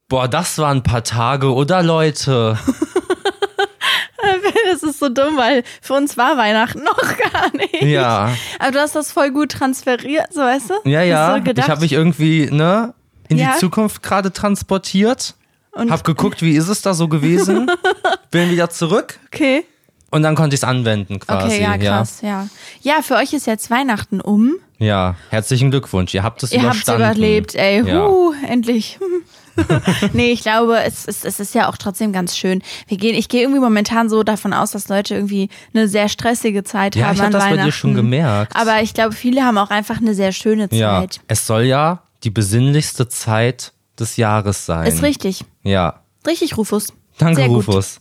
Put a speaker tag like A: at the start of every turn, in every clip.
A: Boah, das waren ein paar Tage, oder Leute?
B: Das ist so dumm, weil für uns war Weihnachten noch gar nicht.
A: Ja.
B: Aber du hast das voll gut transferiert, so weißt du?
A: Ja, ja.
B: Hast du gedacht?
A: Ich habe mich irgendwie, in die Zukunft gerade transportiert. Und hab geguckt, wie ist es da so gewesen? Bin wieder zurück.
B: Okay.
A: Und dann konnte ich es anwenden quasi.
B: Okay, ja, krass, ja. Ja, für euch ist jetzt Weihnachten um.
A: Ja, herzlichen Glückwunsch. Ihr habt es überstanden.
B: Ihr habt es überlebt, ey.
A: Ja.
B: Endlich. Nee, ich glaube, es ist ja auch trotzdem ganz schön. Ich gehe irgendwie momentan so davon aus, dass Leute irgendwie eine sehr stressige Zeit haben an Weihnachten.
A: Ja, ich habe das bei dir schon gemerkt.
B: Aber ich glaube, viele haben auch einfach eine sehr schöne Zeit.
A: Ja, es soll ja die besinnlichste Zeit des Jahres sein.
B: Ist richtig.
A: Ja.
B: Richtig, Rufus.
A: Danke,
B: sehr gut.
A: Rufus.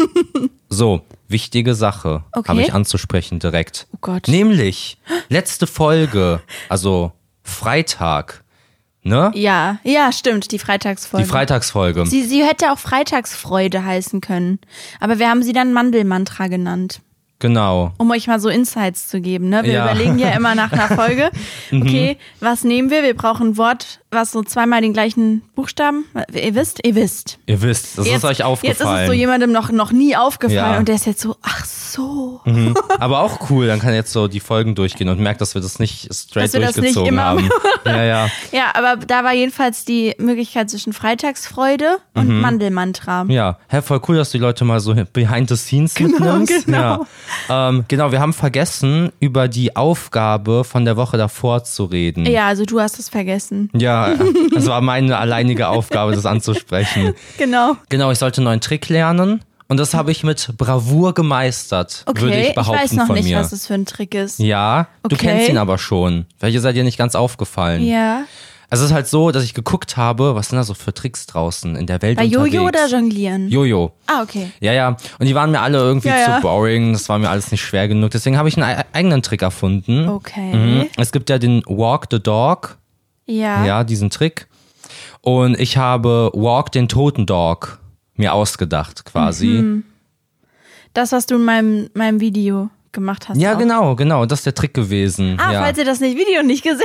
A: So, wichtige Sache habe ich anzusprechen direkt.
B: Oh Gott.
A: Nämlich, letzte Folge, also Freitag, ne?
B: Ja, stimmt, die Freitagsfolge.
A: Die Freitagsfolge.
B: Sie hätte auch Freitagsfreude heißen können. Aber wir haben sie dann Mandelmantra genannt.
A: Genau.
B: Um euch mal so Insights zu geben, ne? Wir überlegen ja immer nach einer Folge. Okay, was nehmen wir? Wir brauchen ein Wort, was so zweimal den gleichen Buchstaben. Ihr wisst.
A: Ihr wisst, das ist euch aufgefallen.
B: Jetzt ist es so jemandem noch nie aufgefallen und der ist jetzt so, ach so.
A: Mhm. Aber auch cool, dann kann er jetzt so die Folgen durchgehen und merkt, dass wir das nicht straight durchgezogen
B: nicht immer
A: haben. Ja.
B: Ja, aber da war jedenfalls die Möglichkeit zwischen Freitagsfreude und Mandelmantra.
A: Ja, voll cool, dass du die Leute mal so behind the scenes mitnimmst.
B: Genau.
A: Ja. Genau, wir haben vergessen, über die Aufgabe von der Woche davor zu reden.
B: Ja, also du hast es vergessen.
A: Ja, das war meine alleinige Aufgabe, das anzusprechen.
B: Genau.
A: Genau, ich sollte einen neuen Trick lernen und das habe ich mit Bravour gemeistert, würde ich behaupten von mir.
B: Ich weiß noch nicht, was das für ein Trick ist.
A: Ja, du kennst ihn aber schon. Welche seid dir nicht ganz aufgefallen?
B: Ja.
A: Es ist halt so, dass ich geguckt habe, was sind da so für Tricks draußen in der Welt
B: Bei
A: unterwegs.
B: Jojo oder Jonglieren?
A: Jojo.
B: Ah, okay.
A: Ja. Und die waren mir alle irgendwie zu boring. Das war mir alles nicht schwer genug. Deswegen habe ich einen eigenen Trick erfunden.
B: Okay.
A: Es gibt ja den Walk the Dog.
B: Ja.
A: Ja, diesen Trick. Und ich habe Walk den toten Dog mir ausgedacht quasi.
B: Das, was du in meinem Video gemacht hast.
A: Ja,
B: auch.
A: genau. Das ist der Trick gewesen.
B: Falls ihr das Video nicht gesehen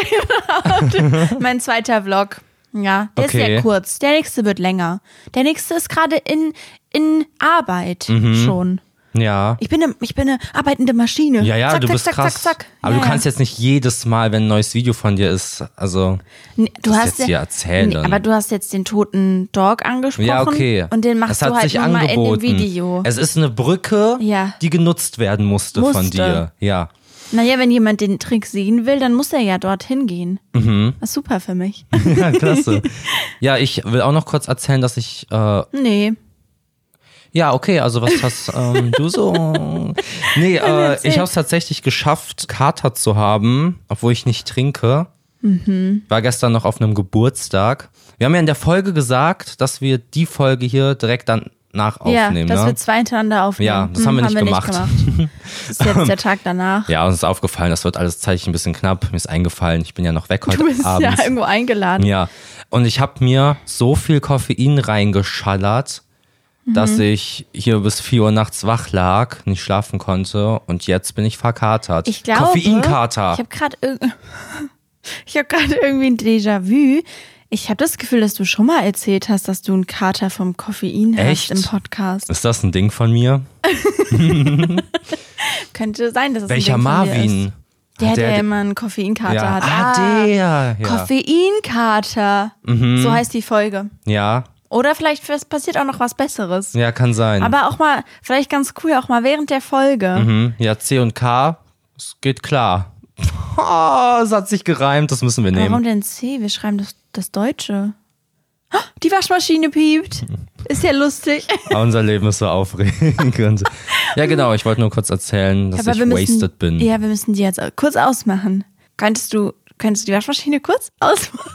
B: habt. Mein zweiter Vlog. Ja, der ist sehr kurz. Der nächste wird länger. Der nächste ist gerade in Arbeit schon.
A: Ja.
B: Ich bin eine arbeitende Maschine.
A: Ja,
B: zack,
A: du
B: zack,
A: bist
B: zack,
A: krass.
B: Zack, zack.
A: Aber du kannst jetzt nicht jedes Mal, wenn ein neues Video von dir ist, also
B: du hast
A: jetzt hier erzählen.
B: Nee, aber du hast jetzt den toten Dog angesprochen.
A: Ja, okay.
B: Und den machst du halt nochmal in dem Video.
A: Es ist eine Brücke, die genutzt werden musste von dir. Ja.
B: Naja, wenn jemand den Trick sehen will, dann muss er ja dorthin gehen. Das ist super für mich.
A: Ja, klasse. Ja, ich will auch noch kurz erzählen, dass ich
B: Nee.
A: Ja, okay, also was hast du so? Nee, ich habe es tatsächlich geschafft, Kater zu haben, obwohl ich nicht trinke. War gestern noch auf einem Geburtstag. Wir haben ja in der Folge gesagt, dass wir die Folge hier direkt danach aufnehmen.
B: Ja, dass wir zwei hintereinander aufnehmen.
A: Ja, das haben wir nicht gemacht.
B: Das ist jetzt der Tag danach.
A: Ja, uns ist aufgefallen, das wird alles zeitlich ein bisschen knapp. Mir ist eingefallen, ich bin ja noch weg heute Abend.
B: Du bist ja irgendwo eingeladen.
A: Ja, und ich habe mir so viel Koffein reingeschallert, dass ich hier bis 4 Uhr nachts wach lag, nicht schlafen konnte und jetzt bin ich verkatert.
B: Ich glaube,
A: Koffeinkater.
B: Ich habe gerade irgendwie ein Déjà-vu. Ich habe das Gefühl, dass du schon mal erzählt hast, dass du einen Kater vom Koffein hast im Podcast.
A: Ist das ein Ding von mir?
B: Könnte sein, dass es
A: Welcher
B: ein Ding von
A: Marvin?
B: dir ist. Der immer einen Koffeinkater hat.
A: Der. Ja.
B: Koffeinkater. So heißt die Folge.
A: Ja.
B: Oder vielleicht passiert auch noch was Besseres.
A: Ja, kann sein.
B: Aber auch mal, vielleicht ganz cool, auch mal während der Folge.
A: Ja, C und K, es geht klar. Oh, es hat sich gereimt, das müssen wir nehmen.
B: Warum denn C? Wir schreiben das Deutsche. Oh, die Waschmaschine piept. Ist ja lustig.
A: Aber unser Leben ist so aufregend. Ja, genau, ich wollte nur kurz erzählen, dass ich wasted bin.
B: Ja, wir müssen die jetzt kurz ausmachen. Könntest du die Waschmaschine kurz ausmachen?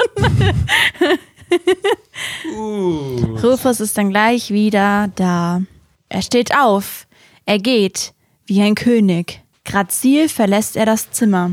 B: Rufus ist dann gleich wieder da. Er steht auf. Er geht wie ein König. Grazil verlässt er das Zimmer.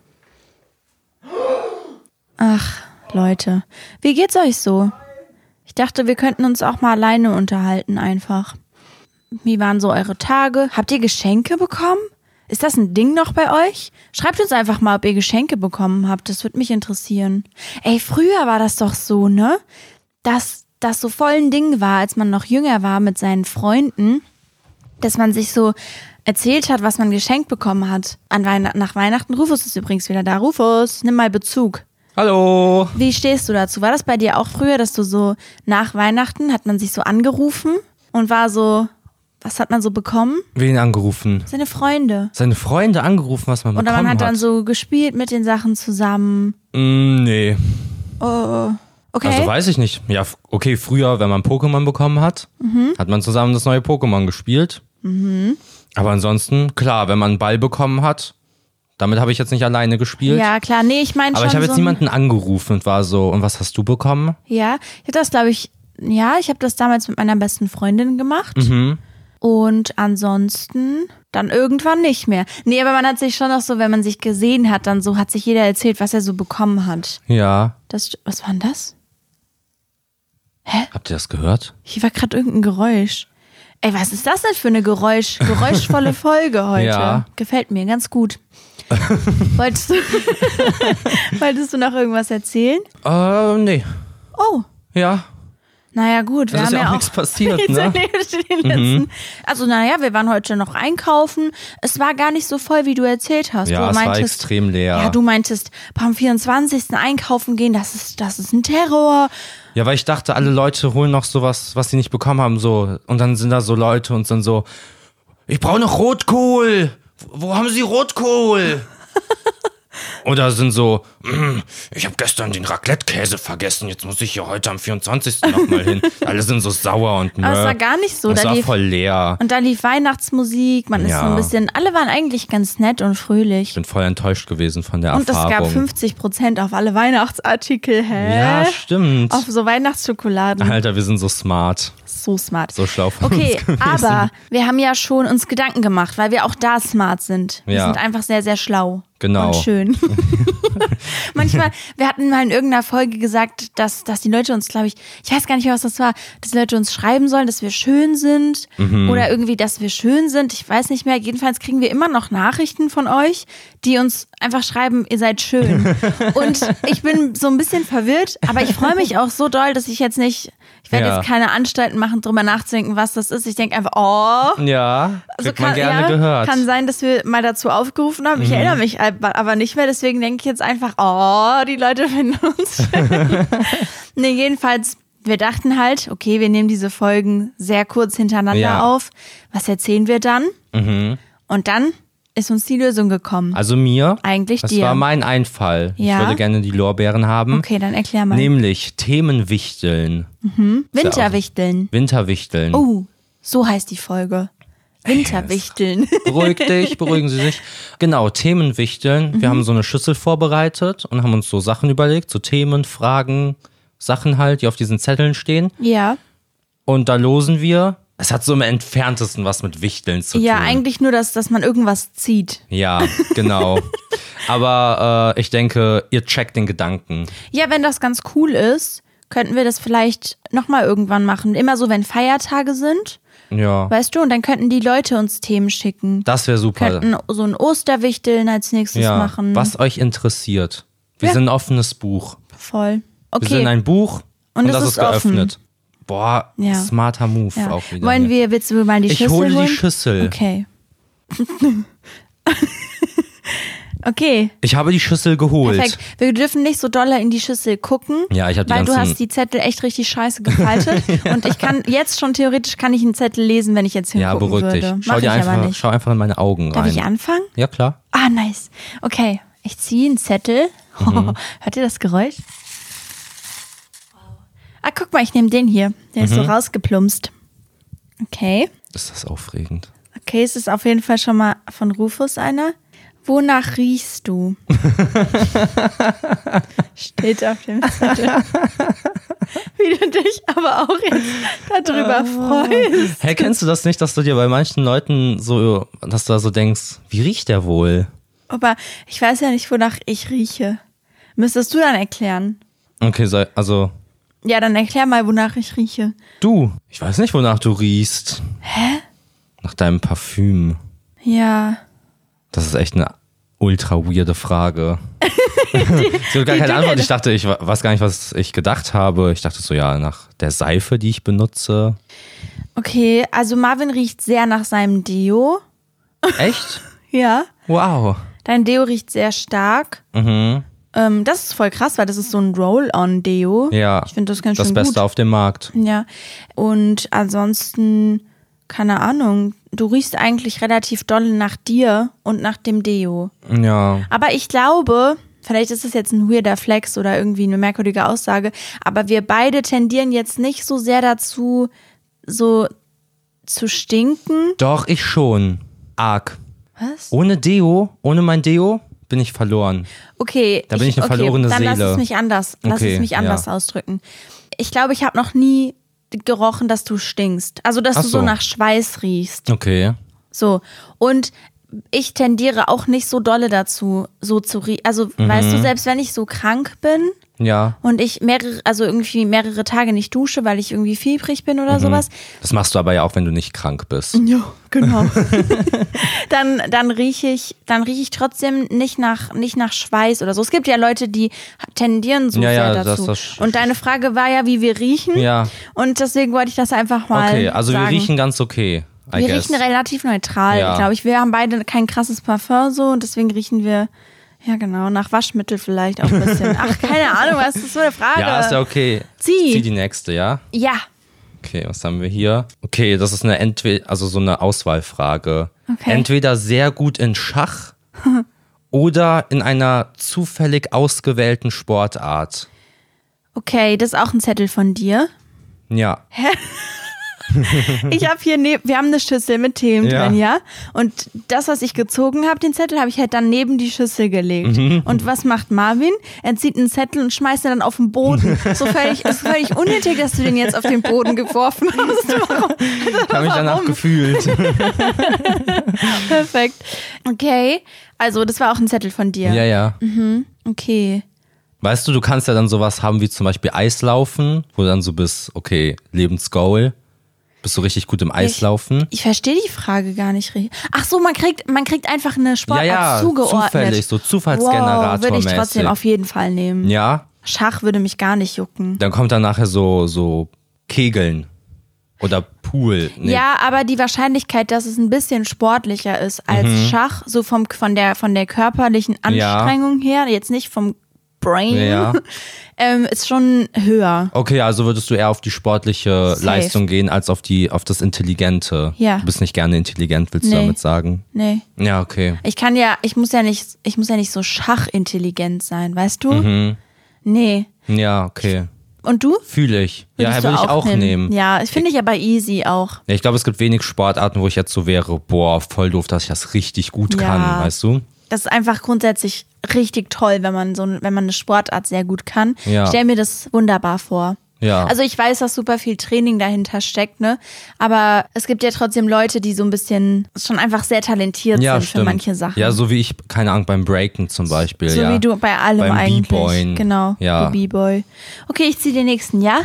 B: Ach, Leute, wie geht's euch so? Ich dachte, wir könnten uns auch mal alleine unterhalten einfach. Wie waren so eure Tage? Habt ihr Geschenke bekommen? Ist das ein Ding noch bei euch? Schreibt uns einfach mal, ob ihr Geschenke bekommen habt. Das würde mich interessieren. Ey, früher war das doch so, ne? Dass das so voll ein Ding war, als man noch jünger war mit seinen Freunden, dass man sich so erzählt hat, was man geschenkt bekommen hat. Nach Weihnachten. Rufus ist übrigens wieder da. Rufus, nimm mal Bezug.
A: Hallo.
B: Wie stehst du dazu? War das bei dir auch früher, dass du so nach Weihnachten hat man sich so angerufen und war so, was hat man so bekommen?
A: Wen angerufen?
B: Seine Freunde.
A: Seine Freunde angerufen, was man bekommen hat.
B: Oder man hat dann so gespielt mit den Sachen zusammen.
A: Nee.
B: Oh, okay.
A: Also weiß ich nicht. Ja, okay, früher, wenn man Pokémon bekommen hat, hat man zusammen das neue Pokémon gespielt. Aber ansonsten, klar, wenn man einen Ball bekommen hat, damit habe ich jetzt nicht alleine gespielt.
B: Ja, klar, nee, ich meine schon.
A: Aber ich habe jetzt
B: so
A: niemanden angerufen und war so, und was hast du bekommen?
B: Ja, ich habe das, glaube ich, ich habe das damals mit meiner besten Freundin gemacht. Und ansonsten dann irgendwann nicht mehr. Nee, aber man hat sich schon noch so, wenn man sich gesehen hat, dann so hat sich jeder erzählt, was er so bekommen hat.
A: Ja.
B: Was war denn das?
A: Habt ihr das gehört?
B: Hier war gerade irgendein Geräusch. Ey, was ist das denn für eine geräuschvolle Folge heute?
A: Ja.
B: Gefällt mir ganz gut. Wolltest du noch irgendwas erzählen?
A: Nee.
B: Oh.
A: Ja.
B: Naja, gut, wir
A: Es
B: haben
A: ist ja auch
B: auch
A: nichts passiert, ne?
B: Also, wir waren heute noch einkaufen. Es war gar nicht so voll, wie du erzählt hast.
A: Ja,
B: du
A: es war
B: meintest,
A: extrem leer.
B: Ja, du meintest, am 24. einkaufen gehen, das ist ein Terror.
A: Ja, weil ich dachte, alle Leute holen noch sowas, was sie nicht bekommen haben, so. Und dann sind da so Leute und dann so, ich brauche noch Rotkohl. Wo haben Sie Rotkohl? Oder sind so, ich habe gestern den Raclette-Käse vergessen, jetzt muss ich hier heute am 24. nochmal hin. Alle sind so sauer und
B: Aber es war gar nicht so.
A: Es war voll leer.
B: Und da lief Weihnachtsmusik, man ist so ein bisschen, alle waren eigentlich ganz nett und fröhlich.
A: Ich bin voll enttäuscht gewesen von der
B: und
A: Erfahrung.
B: Und es gab 50% auf alle Weihnachtsartikel, hä?
A: Ja, stimmt.
B: Auf so Weihnachtsschokoladen.
A: Alter, wir sind so smart.
B: So smart.
A: So schlau von
B: Okay,
A: uns gewesen.
B: aber wir haben ja schon uns Gedanken gemacht, weil wir auch da smart sind. Wir sind einfach sehr, sehr schlau.
A: Genau.
B: Und schön. Manchmal, wir hatten mal in irgendeiner Folge gesagt, dass die Leute uns, glaube ich weiß gar nicht mehr, was das war, dass die Leute uns schreiben sollen, dass wir schön sind oder irgendwie, dass wir schön sind. Ich weiß nicht mehr. Jedenfalls kriegen wir immer noch Nachrichten von euch, die uns einfach schreiben, ihr seid schön. Und ich bin so ein bisschen verwirrt, aber ich freue mich auch so doll, dass ich jetzt nicht, ich werde jetzt keine Anstalten machen, drüber nachzudenken, was das ist. Ich denke einfach,
A: Ja, kriegt man gerne gehört.
B: Kann sein, dass wir mal dazu aufgerufen haben. Ich erinnere mich aber nicht mehr, deswegen denke ich jetzt einfach, die Leute finden uns schön. Nee, jedenfalls, wir dachten halt, okay, wir nehmen diese Folgen sehr kurz hintereinander auf. Was erzählen wir dann? Und dann ist uns die Lösung gekommen.
A: Also mir?
B: Eigentlich
A: das
B: dir.
A: Das war mein Einfall.
B: Ja.
A: Ich würde gerne die Lorbeeren haben.
B: Okay, dann erklär mal.
A: Nämlich Themenwichteln.
B: Winterwichteln.
A: Winterwichteln.
B: Oh, so heißt die Folge. Winterwichteln.
A: Beruhigen Sie sich. Genau, Themenwichteln. Wir haben so eine Schüssel vorbereitet und haben uns so Sachen überlegt, so Themen, Fragen, Sachen halt, die auf diesen Zetteln stehen.
B: Ja.
A: Und da losen wir. Es hat so im Entferntesten was mit Wichteln zu tun.
B: Ja, eigentlich nur, dass man irgendwas zieht.
A: Ja, genau. Aber ich denke, ihr checkt den Gedanken.
B: Ja, wenn das ganz cool ist, könnten wir das vielleicht nochmal irgendwann machen. Immer so, wenn Feiertage sind.
A: Ja.
B: Weißt du, und dann könnten die Leute uns Themen schicken.
A: Das wäre super.
B: Könnten so ein Osterwichteln als nächstes machen.
A: Was euch interessiert. Wir sind ein offenes Buch.
B: Voll. Okay.
A: Wir sind ein Buch und das ist geöffnet.
B: Offen.
A: Boah, smarter Move auch wieder.
B: Willst du mal die Schüssel holen?
A: Ich hole die Schüssel.
B: Okay. Okay.
A: Ich habe die Schüssel geholt.
B: Perfekt. Wir dürfen nicht so doll in die Schüssel gucken,
A: ja, ich habe
B: weil du hast die Zettel echt richtig scheiße gefaltet. Und ich kann jetzt schon theoretisch einen Zettel lesen, wenn ich jetzt hingucken würde.
A: Ja, beruhig dich. Schau einfach in meine Augen rein.
B: Darf ich anfangen?
A: Ja, klar.
B: Ah, nice. Okay, ich ziehe einen Zettel. Hört ihr das Geräusch? Ah, guck mal, ich nehme den hier. Der ist so rausgeplumpst. Okay.
A: Ist das aufregend?
B: Okay, es ist auf jeden Fall schon mal von Rufus einer. Wonach riechst du? Steht auf dem Zettel. Wie du dich aber auch jetzt darüber freust.
A: Hey, kennst du das nicht, dass du dir bei manchen Leuten so, dass du da so denkst, wie riecht der wohl?
B: Aber ich weiß ja nicht, wonach ich rieche. Müsstest du dann erklären?
A: Okay, also...
B: Ja, dann erklär mal, wonach ich rieche.
A: Du, ich weiß nicht, wonach du riechst.
B: Hä?
A: Nach deinem Parfüm.
B: Ja.
A: Das ist echt eine ultra weirde Frage. Ich habe gar keine Antwort. Ich dachte, ich weiß gar nicht, was ich gedacht habe. Ich dachte so, ja, nach der Seife, die ich benutze.
B: Okay, also Marvin riecht sehr nach seinem Deo.
A: Echt?
B: Ja.
A: Wow.
B: Dein Deo riecht sehr stark. Das ist voll krass, weil das ist so ein Roll-on-Deo.
A: Ja,
B: ich finde das ganz schön
A: das Beste
B: gut.
A: auf dem Markt.
B: Ja, und ansonsten, keine Ahnung, du riechst eigentlich relativ doll nach dir und nach dem Deo.
A: Ja.
B: Aber ich glaube, vielleicht ist es jetzt ein weirder Flex oder irgendwie eine merkwürdige Aussage, aber wir beide tendieren jetzt nicht so sehr dazu, so zu stinken.
A: Doch, ich schon. Arg.
B: Was?
A: Ohne mein Deo bin ich verloren.
B: Okay.
A: Da bin ich eine verlorene
B: dann
A: Seele.
B: Lass es mich anders ausdrücken. Ich glaube, ich habe noch nie gerochen, dass du stinkst. Also, dass du so nach Schweiß riechst.
A: Okay.
B: So. Und ich tendiere auch nicht so dolle dazu, so zu riechen. Also, weißt du, selbst wenn ich so krank bin
A: Ja.
B: und ich mehrere Tage nicht dusche, weil ich irgendwie fiebrig bin oder sowas.
A: Das machst du aber ja auch, wenn du nicht krank bist.
B: Ja, genau. dann rieche ich trotzdem nicht nach Schweiß oder so. Es gibt ja Leute, die tendieren so sehr dazu. Und deine Frage war ja, wie wir riechen.
A: Ja.
B: Und deswegen wollte ich das einfach mal
A: Okay, also
B: sagen.
A: wir riechen ganz okay.
B: Wir riechen relativ neutral, glaube ich. Wir haben beide kein krasses Parfum so und deswegen riechen wir, ja genau, nach Waschmittel vielleicht auch ein bisschen. Ach, keine Ahnung, was ist das für eine Frage?
A: Ja, ist ja okay. Zieh die nächste, ja?
B: Ja.
A: Okay, was haben wir hier? Okay, das ist so eine Auswahlfrage.
B: Okay.
A: Entweder sehr gut in Schach oder in einer zufällig ausgewählten Sportart.
B: Okay, das ist auch ein Zettel von dir.
A: Ja.
B: Ich habe hier, wir haben eine Schüssel mit Themen drin, ja? Und das, was ich gezogen habe, den Zettel, habe ich halt dann neben die Schüssel gelegt. Und was macht Marvin? Er zieht einen Zettel und schmeißt ihn dann auf den Boden. Ist völlig unnötig, dass du den jetzt auf den Boden geworfen hast. Warum?
A: Ich habe mich danach gefühlt.
B: Perfekt. Okay, also das war auch ein Zettel von dir.
A: Ja.
B: Okay.
A: Weißt du kannst ja dann sowas haben wie zum Beispiel Eislaufen, wo du dann so bist, okay, Lebensgoal. Bist du richtig gut im Eislaufen?
B: Ich verstehe die Frage gar nicht richtig. Ach so, man kriegt einfach eine Sportart zugeordnet.
A: Zufällig, so Zufallsgenerator-mäßig.
B: Würde ich trotzdem auf jeden Fall nehmen.
A: Ja?
B: Schach würde mich gar nicht jucken.
A: Dann kommt dann nachher so Kegeln oder Pool. Nee.
B: Ja, aber die Wahrscheinlichkeit, dass es ein bisschen sportlicher ist als Schach, so von der körperlichen Anstrengung her, jetzt nicht vom Brain, ist schon höher.
A: Okay, also würdest du eher auf die sportliche Leistung gehen, als auf das Intelligente.
B: Ja.
A: Du bist nicht gerne intelligent, willst du damit sagen?
B: Nee.
A: Ja, okay.
B: Ich muss ja nicht so schachintelligent sein, weißt du? Nee.
A: Ja, okay.
B: Und du?
A: Fühle ich.
B: Würdest
A: würde ich auch nehmen.
B: Ja, finde ich aber easy auch.
A: Ja, ich glaube, es gibt wenig Sportarten, wo ich jetzt so wäre, boah, voll doof, dass ich das richtig gut kann, weißt du?
B: Das ist einfach grundsätzlich richtig toll, wenn man eine Sportart sehr gut kann.
A: Ja.
B: Ich stelle mir das wunderbar vor.
A: Ja.
B: Also ich weiß, dass super viel Training dahinter steckt, ne? Aber es gibt ja trotzdem Leute, die so ein bisschen schon einfach sehr talentiert sind für manche Sachen.
A: Ja, so wie ich, keine Ahnung, beim Breaken zum Beispiel.
B: So wie du bei allem
A: beim
B: eigentlich.
A: B-Boyen.
B: Genau, du B-Boy. Okay, ich ziehe den nächsten, ja?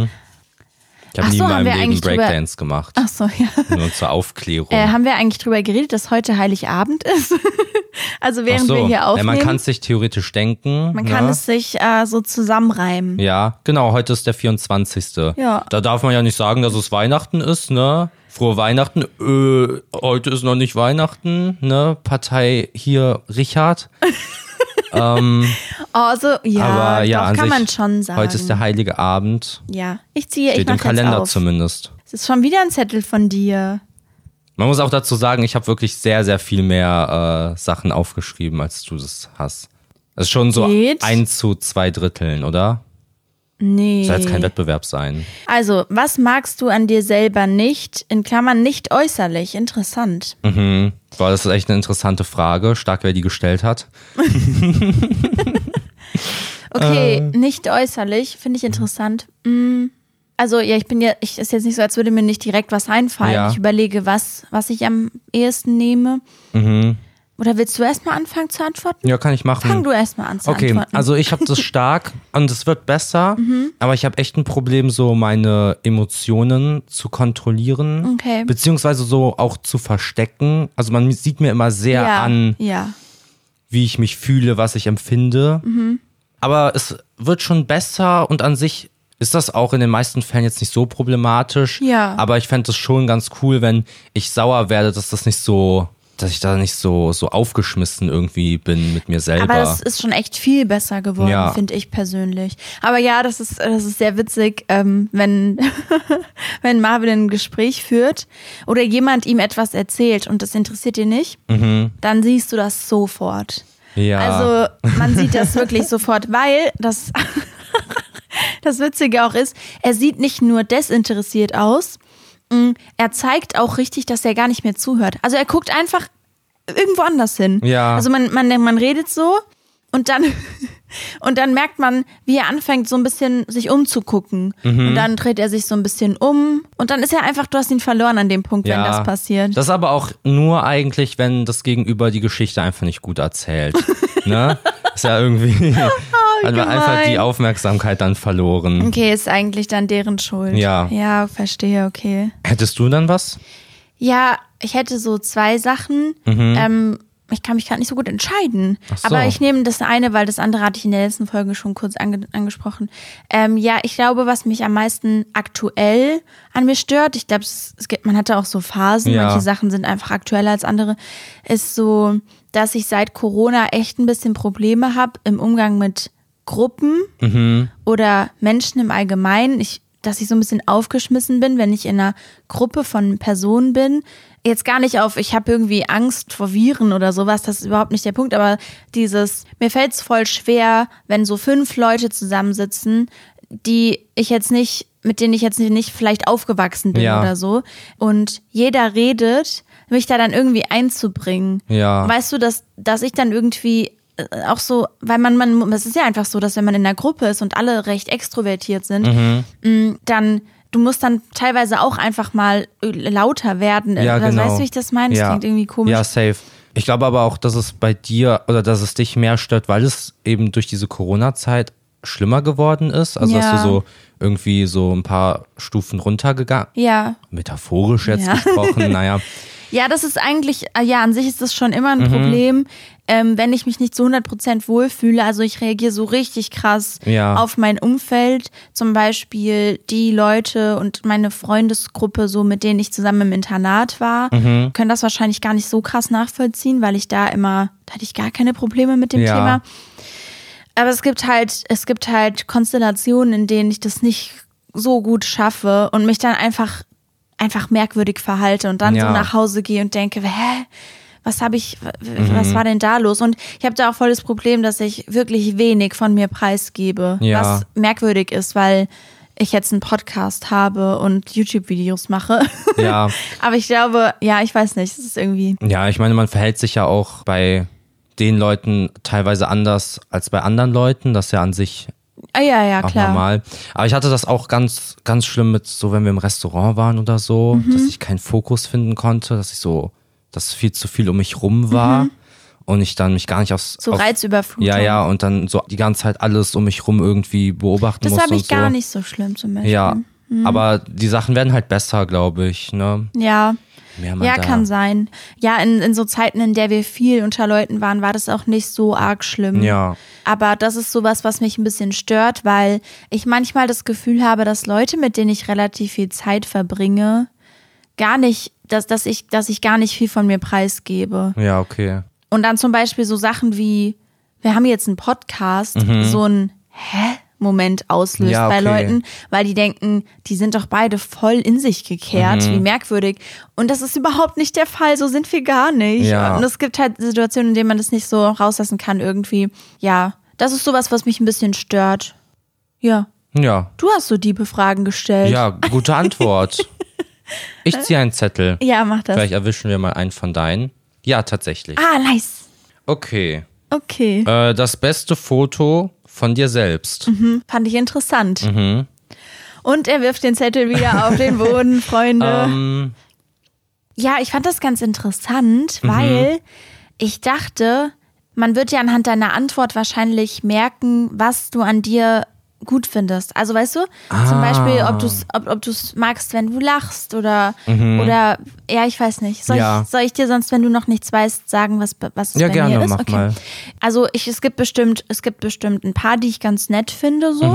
A: Ich habe nie in meinem Leben Breakdance gemacht.
B: Ach so, ja.
A: Nur zur Aufklärung.
B: Haben wir eigentlich drüber geredet, dass heute Heiligabend ist? Also während wir hier aufnehmen.
A: Man kann es sich theoretisch denken.
B: Man kann es sich so zusammenreimen.
A: Ja, genau, heute ist der 24.
B: Ja.
A: Da darf man ja nicht sagen, dass es Weihnachten ist, ne? Frohe Weihnachten. Heute ist noch nicht Weihnachten, ne? Partei hier Richard.
B: Also, ja,
A: aber ja,
B: doch, kann man schon sagen.
A: Heute ist der heilige Abend.
B: Ja, ich
A: Steht
B: mach
A: im Kalender
B: jetzt auf.
A: zumindest.
B: Es ist schon wieder ein Zettel von dir.
A: Man muss auch dazu sagen, ich habe wirklich sehr, sehr viel mehr Sachen aufgeschrieben, als du das hast. Das ist schon so 1 zu 2 Dritteln, oder?
B: Nee.
A: Soll jetzt kein Wettbewerb sein.
B: Also, was magst du an dir selber nicht? In Klammern nicht äußerlich. Interessant.
A: Boah, das ist echt eine interessante Frage. Stark, wer die gestellt hat.
B: Okay, nicht äußerlich. Finde ich interessant. Also, ja, ist jetzt nicht so, als würde mir nicht direkt was einfallen.
A: Ja.
B: Ich überlege, was ich am ehesten nehme. Oder willst du erstmal anfangen zu antworten?
A: Ja, kann ich machen.
B: Fang du erstmal an zu antworten.
A: Okay, also ich habe das stark und es wird besser, aber ich habe echt ein Problem, so meine Emotionen zu kontrollieren,
B: Okay.
A: beziehungsweise so auch zu verstecken. Also man sieht mir immer sehr an, wie ich mich fühle, was ich empfinde. Aber es wird schon besser und an sich ist das auch in den meisten Fällen jetzt nicht so problematisch.
B: Ja.
A: Aber ich fände es schon ganz cool, wenn ich sauer werde, dass ich da nicht so aufgeschmissen irgendwie bin mit mir selber.
B: Aber es ist schon echt viel besser geworden, finde ich persönlich. Aber ja, das ist sehr witzig, wenn, wenn Marvin ein Gespräch führt oder jemand ihm etwas erzählt und das interessiert ihn nicht, dann siehst du das sofort.
A: Ja.
B: Also man sieht das wirklich sofort, weil das Witzige auch ist, er sieht nicht nur desinteressiert aus, er zeigt auch richtig, dass er gar nicht mehr zuhört. Also er guckt einfach irgendwo anders hin.
A: Ja.
B: Also man redet so und dann merkt man, wie er anfängt, so ein bisschen sich umzugucken. Und dann dreht er sich so ein bisschen um und dann ist er einfach, du hast ihn verloren an dem Punkt, wenn das passiert.
A: Das ist aber auch nur eigentlich, wenn das Gegenüber die Geschichte einfach nicht gut erzählt. Ne? Ist ja irgendwie... Hat man einfach die Aufmerksamkeit dann verloren.
B: Okay, ist eigentlich dann deren Schuld.
A: Ja.
B: Ja, verstehe, okay.
A: Hättest du dann was?
B: Ja, ich hätte so 2 Sachen. Ich kann mich gerade nicht so gut entscheiden.
A: Ach so.
B: Aber ich nehme das eine, weil das andere hatte ich in der letzten Folge schon kurz angesprochen. Ja, ich glaube, was mich am meisten aktuell an mir stört, ich glaube, man hatte auch so Phasen, manche Sachen sind einfach aktueller als andere, ist so, dass ich seit Corona echt ein bisschen Probleme habe im Umgang mit Gruppen oder Menschen im Allgemeinen, dass ich so ein bisschen aufgeschmissen bin, wenn ich in einer Gruppe von Personen bin. Jetzt gar nicht ich habe irgendwie Angst vor Viren oder sowas, das ist überhaupt nicht der Punkt, aber mir fällt es voll schwer, wenn so 5 Leute zusammensitzen, mit denen ich jetzt nicht vielleicht aufgewachsen bin oder so und jeder redet, mich da dann irgendwie einzubringen.
A: Ja.
B: Weißt du, dass ich dann irgendwie auch so, weil es ist ja einfach so, dass wenn man in einer Gruppe ist und alle recht extrovertiert sind, dann, du musst dann teilweise auch einfach mal lauter werden.
A: Ja, genau.
B: Weißt du, wie ich das meine? Das klingt irgendwie komisch.
A: Ja, safe. Ich glaube aber auch, dass es bei dir oder dass es dich mehr stört, weil es eben durch diese Corona-Zeit schlimmer geworden ist. Also dass du so irgendwie so ein paar Stufen runtergegangen.
B: Ja.
A: Metaphorisch jetzt gesprochen, naja.
B: Ja, das ist eigentlich, an sich ist das schon immer ein Problem, wenn ich mich nicht zu 100% wohlfühle. Also ich reagiere so richtig krass auf mein Umfeld. Zum Beispiel die Leute und meine Freundesgruppe, so mit denen ich zusammen im Internat war, können das wahrscheinlich gar nicht so krass nachvollziehen, weil da hatte ich gar keine Probleme mit dem Thema. Aber es gibt halt Konstellationen, in denen ich das nicht so gut schaffe und mich dann einfach merkwürdig verhalte und dann so nach Hause gehe und denke, was war denn da los? Und ich habe da auch voll das Problem, dass ich wirklich wenig von mir preisgebe, was merkwürdig ist, weil ich jetzt einen Podcast habe und YouTube-Videos mache.
A: Ja.
B: Aber ich glaube, ich weiß nicht, es ist irgendwie...
A: Ja, ich meine, man verhält sich ja auch bei den Leuten teilweise anders als bei anderen Leuten, das ist ja an sich...
B: Ja,
A: auch
B: klar.
A: normal. Aber ich hatte das auch ganz, ganz schlimm mit so, wenn wir im Restaurant waren oder so, dass ich keinen Fokus finden konnte, dass viel zu viel um mich rum war und ich dann mich gar nicht
B: Reizüberflutung.
A: Ja, und dann so die ganze Zeit alles um mich rum irgendwie beobachten musste.
B: Das habe ich
A: und so.
B: gar nicht so schlimm zum Beispiel.
A: Ja, aber die Sachen werden halt besser, glaube ich, ne?
B: Ja. Kann sein. Ja, in so Zeiten, in der wir viel unter Leuten waren, war das auch nicht so arg schlimm.
A: Ja.
B: Aber das ist sowas, was mich ein bisschen stört, weil ich manchmal das Gefühl habe, dass Leute, mit denen ich relativ viel Zeit verbringe, gar nicht, dass ich gar nicht viel von mir preisgebe.
A: Ja, okay.
B: Und dann zum Beispiel so Sachen wie, wir haben jetzt einen Podcast, so ein Moment auslöst bei Leuten, weil die denken, die sind doch beide voll in sich gekehrt, wie merkwürdig. Und das ist überhaupt nicht der Fall, so sind wir gar nicht.
A: Ja.
B: Und es gibt halt Situationen, in denen man das nicht so rauslassen kann irgendwie. Ja, das ist sowas, was mich ein bisschen stört. Ja.
A: Ja.
B: Du hast so diebe Fragen gestellt.
A: Ja, gute Antwort. Ich ziehe einen Zettel.
B: Ja, mach das.
A: Vielleicht erwischen wir mal einen von deinen. Ja, tatsächlich.
B: Ah, nice.
A: Okay. Das beste Foto von dir selbst.
B: Fand ich interessant. Und er wirft den Zettel wieder auf den Boden, Freunde. Ja, ich fand das ganz interessant, weil ich dachte, man wird ja anhand deiner Antwort wahrscheinlich merken, was du an dir gut findest. Also weißt du, zum Beispiel, ob du's magst, wenn du lachst oder ja, ich weiß nicht. Soll ich dir sonst, wenn du noch nichts weißt, sagen, was es bei
A: gerne,
B: mir ist?
A: Mach mal.
B: Also es gibt bestimmt ein paar, die ich ganz nett finde, so.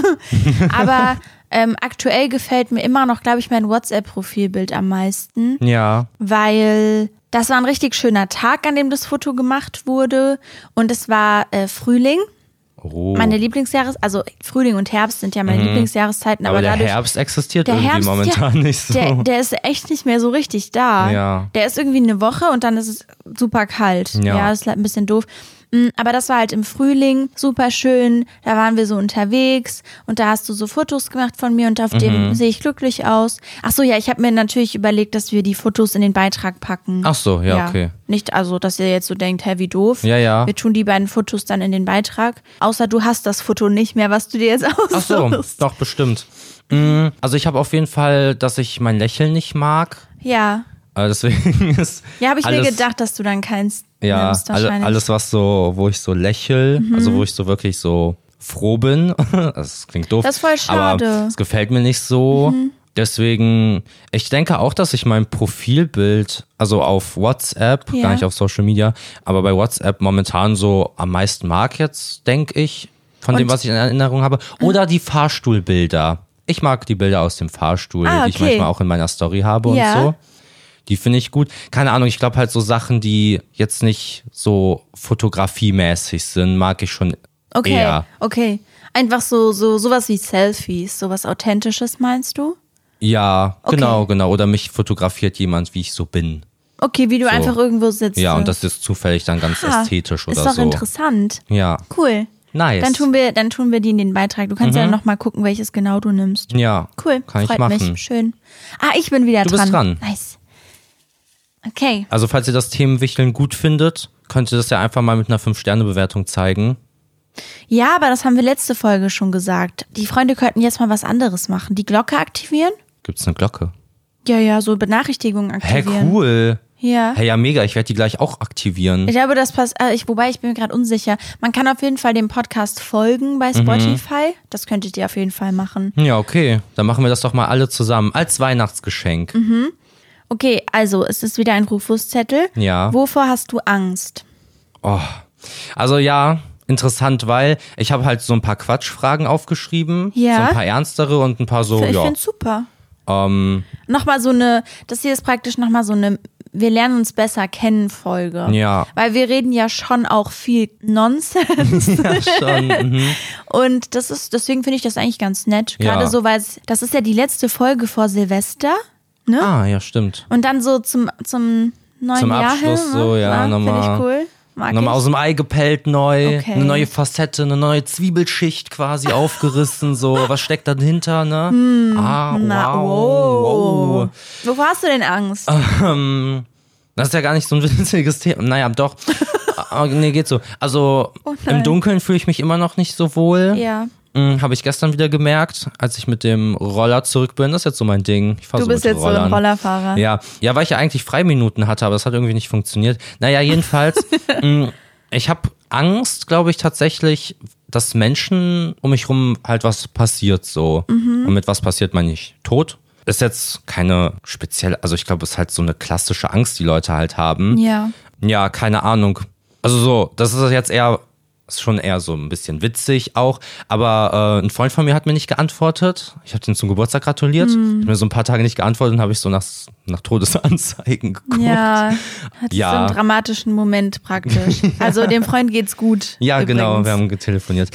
B: Aber aktuell gefällt mir immer noch, glaube ich, mein WhatsApp-Profilbild am meisten.
A: Ja.
B: Weil das war ein richtig schöner Tag, an dem das Foto gemacht wurde. Und es war Frühling.
A: Oh.
B: Meine also Frühling und Herbst sind ja meine Lieblingsjahreszeiten. Aber
A: der
B: dadurch,
A: Herbst existiert irgendwie momentan nicht so.
B: Der ist echt nicht mehr so richtig da.
A: Ja.
B: Der ist irgendwie eine Woche und dann ist es super kalt. Ja, das ist halt ein bisschen doof. Aber das war halt im Frühling, super schön. Da waren wir so unterwegs und da hast du so Fotos gemacht von mir und auf dem sehe ich glücklich aus. Ach so, ja, ich habe mir natürlich überlegt, dass wir die Fotos in den Beitrag packen.
A: Ach so, ja, okay.
B: Nicht also, dass ihr jetzt so denkt, hä, wie doof.
A: Ja.
B: Wir tun die beiden Fotos dann in den Beitrag. Außer du hast das Foto nicht mehr, was du dir jetzt aussuchst.
A: Ach so, doch, bestimmt. Also ich habe auf jeden Fall, dass ich mein Lächeln nicht mag.
B: Ja.
A: Deswegen ist
B: ja, habe ich mir gedacht, dass du dann keins nimmst wahrscheinlich.
A: Alles was so, wo ich so lächel, also wo ich so wirklich so froh bin, das klingt doof,
B: das ist voll schade.
A: Aber es gefällt mir nicht so. Deswegen, ich denke auch, dass ich mein Profilbild, also auf WhatsApp, gar nicht auf Social Media, aber bei WhatsApp momentan so am meisten mag jetzt, denke ich, von dem, was ich in Erinnerung habe. Oder die Fahrstuhlbilder. Ich mag die Bilder aus dem Fahrstuhl, die ich manchmal auch in meiner Story habe und so. Die finde ich gut. Keine Ahnung, ich glaube halt so Sachen, die jetzt nicht so fotografiemäßig sind, mag ich schon eher.
B: Okay. Einfach sowas wie Selfies, sowas Authentisches meinst du?
A: Ja, genau. Oder mich fotografiert jemand, wie ich so bin.
B: Okay, wie du einfach irgendwo sitzt.
A: Ja, und das ist zufällig dann ganz ästhetisch oder so.
B: Ist doch interessant.
A: Ja.
B: Cool.
A: Nice.
B: Dann tun wir die in den Beitrag. Du kannst ja noch mal gucken, welches genau du nimmst.
A: Ja.
B: Cool.
A: Kann
B: Freut
A: ich machen.
B: mich. Schön. Ich bin wieder
A: dran.
B: Du
A: bist dran.
B: Nice. Okay.
A: Also falls ihr das Themenwichteln gut findet, könnt ihr das ja einfach mal mit einer 5-Sterne-Bewertung zeigen.
B: Ja, aber das haben wir letzte Folge schon gesagt. Die Freunde könnten jetzt mal was anderes machen. Die Glocke aktivieren?
A: Gibt's eine Glocke?
B: Ja, so Benachrichtigungen aktivieren.
A: Hä, cool.
B: Ja.
A: Hey, ja, mega. Ich werde die gleich auch aktivieren.
B: Ich glaube, das passt. Wobei, ich bin mir gerade unsicher. Man kann auf jeden Fall dem Podcast folgen bei Spotify. Das könntet ihr auf jeden Fall machen.
A: Ja, okay. Dann machen wir das doch mal alle zusammen. Als Weihnachtsgeschenk.
B: Okay, also es ist wieder ein Rufuszettel.
A: Ja.
B: Wovor hast du Angst?
A: Oh. Also ja, interessant, weil ich habe halt so ein paar Quatschfragen aufgeschrieben.
B: Ja.
A: So ein paar ernstere und ein paar so,
B: Ich finde es super.
A: Nochmal
B: das hier ist praktisch nochmal so eine Wir lernen uns besser kennen Folge.
A: Ja.
B: Weil wir reden ja schon auch viel Nonsens.
A: Ja, schon.
B: Und deswegen finde ich das eigentlich ganz nett. Gerade so, weil das ist ja die letzte Folge vor Silvester. Ne?
A: Ja, stimmt.
B: Und dann so zum neuen
A: zum
B: Jahr
A: Abschluss
B: hin,
A: so, ja, nochmal.
B: Finde ich cool.
A: Nochmal aus dem Ei gepellt neu,
B: Okay.
A: eine neue Facette, eine neue Zwiebelschicht quasi aufgerissen, so, was steckt da dahinter, ne? Wow.
B: Wovor hast du denn Angst?
A: Das ist ja gar nicht so ein witziges Thema. Naja, doch. Nee, geht so. Also im Dunkeln fühle ich mich immer noch nicht so wohl.
B: Ja.
A: Habe ich gestern wieder gemerkt, als ich mit dem Roller zurück bin. Das ist jetzt so mein Ding. Ich fahr
B: Du
A: so
B: bist
A: mit
B: jetzt so ein Rollerfahrer.
A: Ja, weil ich ja eigentlich Freiminuten hatte, aber das hat irgendwie nicht funktioniert. Naja, jedenfalls, ich habe Angst, glaube ich, tatsächlich, dass Menschen um mich rum halt was passiert so. Und mit was passiert meine ich? Tod? Ist jetzt keine spezielle, also ich glaube, es ist halt so eine klassische Angst, die Leute halt haben.
B: Ja.
A: Ja, keine Ahnung. Also so, das ist jetzt ist schon eher so ein bisschen witzig auch, aber ein Freund von mir hat mir nicht geantwortet. Ich habe den zum Geburtstag gratuliert. Ich habe mir so ein paar Tage nicht geantwortet und habe ich so nach Todesanzeigen geguckt.
B: Ja, hat so einen dramatischen Moment praktisch. Also dem Freund geht's gut.
A: Ja,
B: übrigens.
A: Genau, wir haben getelefoniert.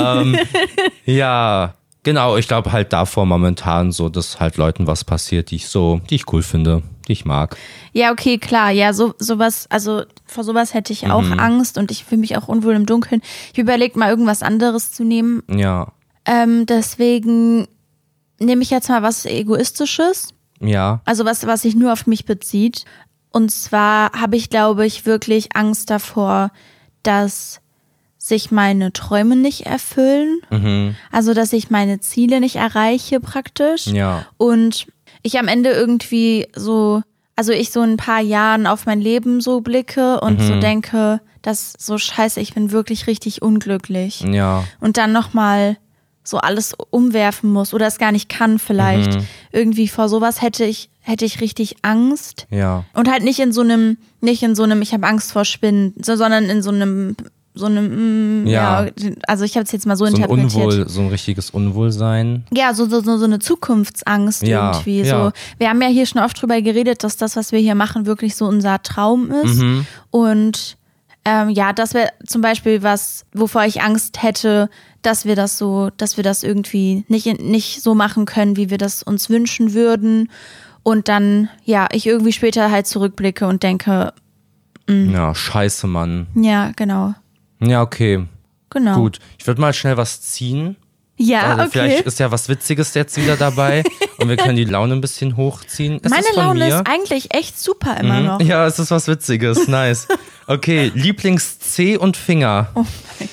A: Ja, genau, ich glaube halt davor momentan so, dass halt Leuten was passiert, die ich cool finde, die ich mag.
B: Ja, okay, klar. Ja, sowas, also vor sowas hätte ich auch Angst und ich fühle mich auch unwohl im Dunkeln. Ich überlege mal, irgendwas anderes zu nehmen.
A: Ja.
B: Deswegen nehme ich jetzt mal was Egoistisches.
A: Ja.
B: Also was sich nur auf mich bezieht. Und zwar habe ich, glaube ich, wirklich Angst davor, dass sich meine Träume nicht erfüllen. Also, dass ich meine Ziele nicht erreiche praktisch.
A: Ja.
B: Und ich am Ende irgendwie ich so in ein paar Jahren auf mein Leben so blicke und so denke, dass so scheiße, ich bin wirklich richtig unglücklich.
A: Ja.
B: Und dann nochmal so alles umwerfen muss oder es gar nicht kann vielleicht. Irgendwie vor sowas hätte ich richtig Angst.
A: Ja.
B: Und halt nicht in so einem, ich habe Angst vor Spinnen, sondern in so einem,
A: Ja.
B: also ich habe es jetzt mal so
A: So ein
B: interpretiert.
A: so ein richtiges Unwohlsein.
B: Ja, so eine Zukunftsangst
A: Ja,
B: irgendwie.
A: ja.
B: So. Wir haben ja hier schon oft drüber geredet, dass das, was wir hier machen, wirklich so unser Traum ist. Und das wäre zum Beispiel was, wovor ich Angst hätte, dass wir das irgendwie nicht so machen können, wie wir das uns wünschen würden. Und dann, ich irgendwie später halt zurückblicke und denke,
A: Ja, scheiße, Mann.
B: ja, genau.
A: Ja, okay.
B: Genau.
A: Gut. Ich würde mal schnell was ziehen.
B: Ja,
A: Also
B: okay.
A: vielleicht ist ja was Witziges jetzt wieder dabei und wir können die Laune ein bisschen hochziehen. Ist
B: Meine
A: es von
B: Laune
A: mir?
B: ist eigentlich echt super immer noch.
A: Ja, es ist was Witziges. Nice. Okay, Lieblings-C und Finger.
B: Oh mein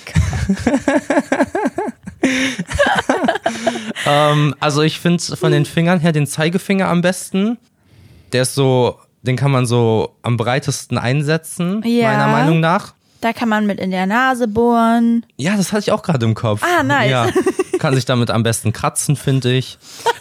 B: Gott.
A: Also ich finde von den Fingern her den Zeigefinger am besten. Der ist so, den kann man so am breitesten einsetzen,
B: Ja.
A: meiner Meinung nach.
B: Da kann man mit in der Nase bohren.
A: Ja, das hatte ich auch gerade im Kopf.
B: Ah, nice.
A: Ja, kann sich damit am besten kratzen, finde ich.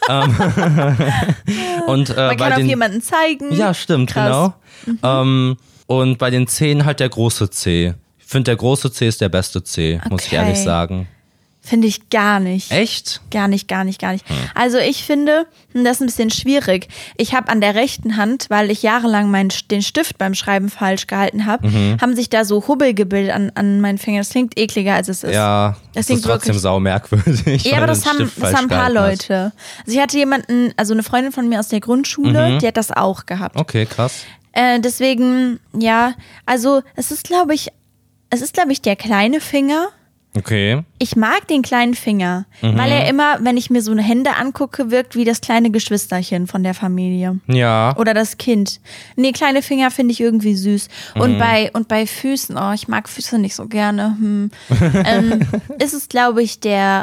A: Und
B: Man
A: bei
B: kann auf
A: den
B: jemanden zeigen.
A: Ja, stimmt,
B: Krass.
A: genau. Und bei den Zehen halt der große C. Ich finde, der große C ist der beste C, muss ich
B: Okay.
A: ehrlich sagen.
B: Finde ich gar nicht.
A: Echt?
B: Gar nicht. Also ich finde, das ist ein bisschen schwierig. Ich habe an der rechten Hand, weil ich jahrelang den Stift beim Schreiben falsch gehalten habe, haben sich da so Hubbel gebildet an meinen Fingern. Das klingt ekliger, als es ist.
A: Ja,
B: Das
A: das
B: klingt
A: ist trotzdem
B: wirklich-
A: sau merkwürdig.
B: Ja,
A: weil
B: aber
A: du
B: das
A: den
B: haben
A: Stift falsch
B: ein paar
A: gehalten hast.
B: Leute. Also ich hatte jemanden, also eine Freundin von mir aus der Grundschule, die hat das auch gehabt.
A: Okay, krass.
B: Deswegen, ja, also es ist, glaube ich, der kleine Finger.
A: Okay.
B: Ich mag den kleinen Finger, weil er immer, wenn ich mir so eine Hände angucke, wirkt wie das kleine Geschwisterchen von der Familie.
A: Ja.
B: Oder das Kind. Nee, kleine Finger finde ich irgendwie süß. Und bei Füßen, ich mag Füße nicht so gerne. Ist es, glaube ich, der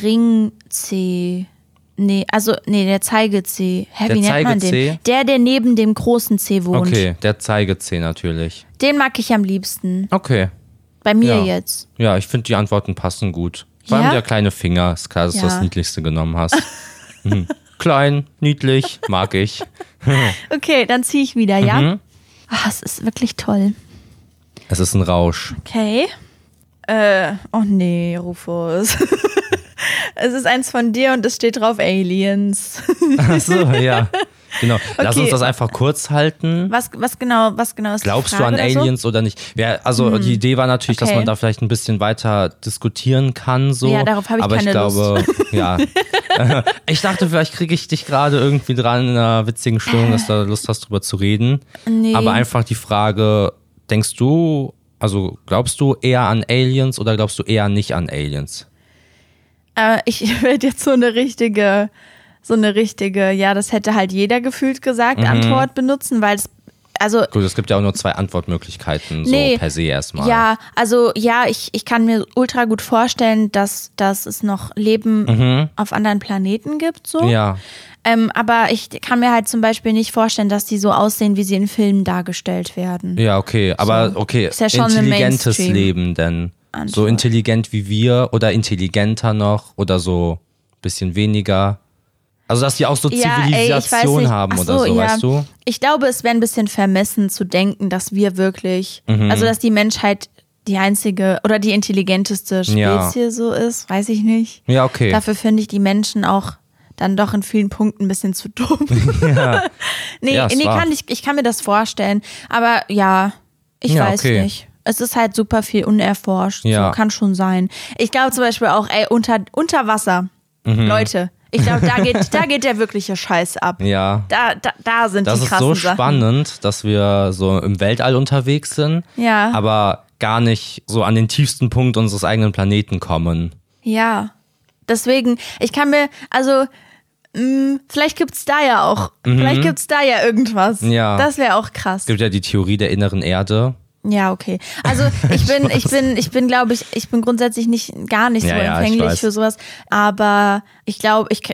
B: Ring-C. Der Zeige-C. Hä,
A: Der
B: wie nennt man
A: Zeige-C?
B: den? Der neben dem großen C wohnt.
A: Okay, der Zeige-C natürlich.
B: Den mag ich am liebsten.
A: Okay.
B: Bei mir
A: Ja.
B: jetzt.
A: Ja, ich finde, die Antworten passen gut. Vor allem
B: Ja?
A: der kleine Finger. Ist klar, dass du
B: Ja.
A: das Niedlichste genommen hast. Klein, niedlich, mag ich.
B: Okay, dann ziehe ich wieder, ja? Ach, es ist wirklich toll.
A: Es ist ein Rausch.
B: Okay. Oh nee, Rufus. Es ist eins von dir und es steht drauf Aliens.
A: Ach so, ja. Genau. Lass
B: Okay.
A: uns das einfach kurz halten.
B: Was genau ist
A: Glaubst
B: die
A: du an
B: Frage oder
A: Aliens oder nicht? Ja, also die Idee war natürlich, dass
B: Okay.
A: man da vielleicht ein bisschen weiter diskutieren kann. So.
B: Ja, darauf habe ich
A: aber
B: keine
A: ich glaube, ja. Ich dachte, vielleicht kriege ich dich gerade irgendwie dran in einer witzigen Stimmung, dass du Lust hast, drüber zu reden.
B: Nee.
A: Aber einfach die Frage, glaubst du eher an Aliens oder glaubst du eher nicht an Aliens?
B: Ich werde jetzt so eine richtige, ja, das hätte halt jeder gefühlt gesagt, Antwort benutzen, weil es, also
A: Gut, es gibt ja auch nur 2 Antwortmöglichkeiten, so
B: Nee.
A: per se erstmal.
B: ja, ich kann mir ultra gut vorstellen, dass es noch Leben auf anderen Planeten gibt, so.
A: Ja,
B: Aber ich kann mir halt zum Beispiel nicht vorstellen, dass die so aussehen, wie sie in Filmen dargestellt werden.
A: ja, okay. Aber
B: So.
A: okay,
B: Ist ja schon eine
A: intelligentes
B: Mainstream-
A: Leben denn? So
B: Antwort.
A: intelligent wie wir oder intelligenter noch oder so ein bisschen weniger? Also, dass die auch so
B: Ich weiß
A: Zivilisation
B: nicht.
A: haben
B: Ach
A: oder so,
B: ja.
A: weißt du?
B: Ich glaube, es wäre ein bisschen vermessen zu denken, dass wir wirklich,
A: Mhm.
B: also dass die Menschheit die einzige oder die intelligenteste
A: Ja.
B: Spezies so ist, weiß ich nicht.
A: Ja, okay.
B: Dafür finde ich die Menschen auch dann doch in vielen Punkten ein bisschen zu dumm.
A: Ja.
B: Nee,
A: Ja, ist wahr.
B: ich kann mir das vorstellen. Aber ja, ich
A: Ja,
B: weiß
A: okay.
B: nicht. Es ist halt super viel unerforscht.
A: Ja.
B: So kann schon sein. Ich glaube zum Beispiel auch, unter Wasser.
A: Mhm.
B: Leute, ich glaube, da geht der wirkliche Scheiß ab.
A: Ja.
B: Da sind
A: Das
B: die
A: ist
B: krassen
A: so
B: Sachen.
A: spannend, dass wir so im Weltall unterwegs sind,
B: Ja.
A: aber gar nicht so an den tiefsten Punkt unseres eigenen Planeten kommen.
B: Ja. Deswegen, ich kann mir, also, vielleicht gibt's da ja auch, vielleicht gibt's da ja irgendwas.
A: Ja.
B: Das wäre auch krass.
A: Es gibt ja die Theorie der inneren Erde.
B: Ja, okay. Also ich bin, glaube ich bin grundsätzlich gar nicht so
A: Ja, ja, ich
B: empfänglich
A: weiß.
B: für sowas. Aber ich glaube, ich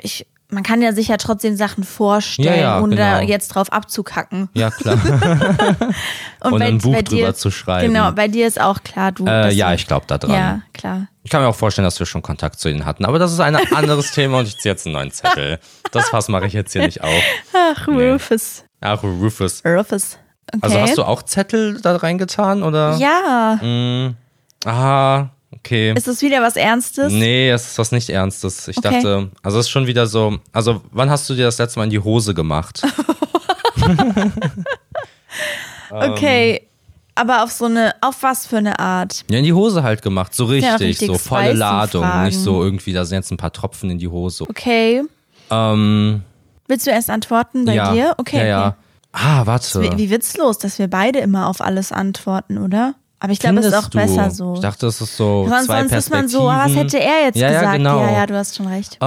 B: man kann ja sich ja trotzdem Sachen vorstellen, ohne da jetzt drauf abzukacken.
A: Ja, klar. Und ein Buch drüber zu schreiben.
B: Genau, bei dir ist auch klar,
A: ja, ich glaube da dran.
B: Ja, klar.
A: Ich kann mir auch vorstellen, dass wir schon Kontakt zu ihnen hatten. Aber das ist ein anderes Thema und ich ziehe jetzt einen neuen Zettel. Das Fass mache ich jetzt hier nicht auf.
B: Ach, Rufus.
A: Ach, Rufus.
B: Rufus. Okay.
A: Also hast du auch Zettel da reingetan, oder?
B: Ja.
A: Aha, okay.
B: Ist das wieder was Ernstes?
A: Nee, es ist was nicht Ernstes. Ich dachte, also es ist schon wieder so, also wann hast du dir das letzte Mal in die Hose gemacht?
B: Okay, aber auf was für eine Art?
A: Ja, in die Hose halt gemacht, so richtig so volle Ladung.
B: Fragen.
A: Nicht so irgendwie, da sind jetzt ein paar Tropfen in die Hose.
B: Okay. Willst du erst antworten bei dir? Okay.
A: Ja. Ah, warte.
B: Wie witzlos, dass wir beide immer auf alles antworten, oder? Aber ich glaube, es ist auch besser so.
A: Ich dachte, es ist so
B: sonst
A: zwei Perspektiven.
B: Ist man so, was hätte er jetzt gesagt?
A: Ja, genau.
B: Ja, du hast schon recht.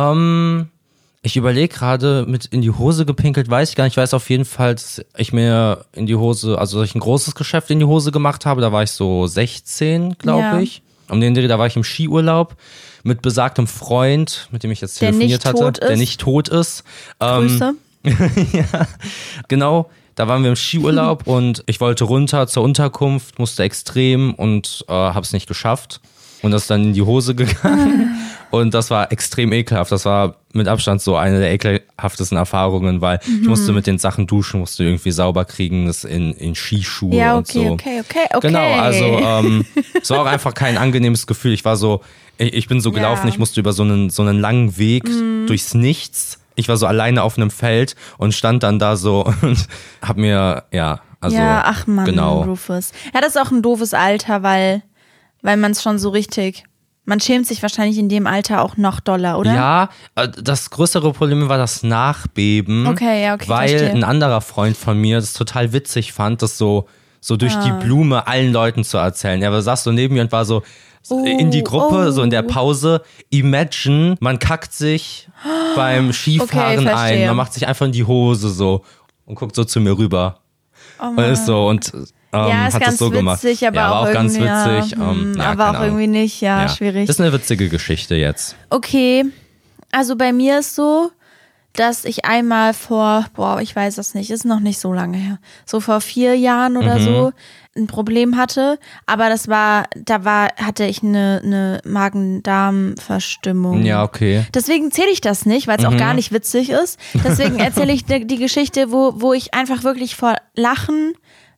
A: Ich überlege gerade, mit in die Hose gepinkelt, weiß ich gar nicht. Ich weiß auf jeden Fall, dass ich mir in die Hose, also dass ich ein großes Geschäft in die Hose gemacht habe. Da war ich so 16, glaube ich. Um den Dreh, da war ich im Skiurlaub mit besagtem Freund, mit dem ich jetzt telefoniert hatte, der nicht tot ist.
B: Grüße.
A: Ja, genau. Da waren wir im Skiurlaub und ich wollte runter zur Unterkunft, musste extrem und habe es nicht geschafft. Und das ist dann in die Hose gegangen. Und das war extrem ekelhaft. Das war mit Abstand so eine der ekelhaftesten Erfahrungen, weil ich musste mit den Sachen duschen, musste irgendwie sauber kriegen, das in Skischuhe und so.
B: Okay.
A: Genau, also es war auch einfach kein angenehmes Gefühl. Ich war so, ich bin so gelaufen, ich musste über so einen langen Weg durchs Nichts. Ich war so alleine auf einem Feld und stand dann da so und hab mir,
B: ach Mann,
A: genau.
B: Rufus. Ja, das ist auch ein doofes Alter, weil man es schon so richtig, man schämt sich wahrscheinlich in dem Alter auch noch doller, oder?
A: Ja, das größere Problem war das Nachbeben,
B: okay,
A: weil
B: verstehe.
A: ein anderer Freund von mir das total witzig fand, das so durch die Blume allen Leuten zu erzählen. Er saß so neben mir und war so in die Gruppe, so in der Pause, imagine, man kackt sich beim Skifahren ein, man macht sich einfach in die Hose so und guckt so zu mir rüber. Und ist so und
B: ist
A: hat
B: ganz
A: das so gemacht.
B: Witzig, aber
A: ja, auch ganz witzig.
B: Aber auch irgendwie nicht, schwierig.
A: Das ist eine witzige Geschichte jetzt.
B: Okay, also bei mir ist so, dass ich einmal ich weiß das nicht, ist noch nicht so lange her, so vor 4 Jahren oder so ein Problem hatte, aber hatte ich eine Magen-Darm-Verstimmung. Ja,
A: okay.
B: Deswegen zähle ich das nicht, weil es auch gar nicht witzig ist. Deswegen erzähle ich die Geschichte, wo ich einfach wirklich vor Lachen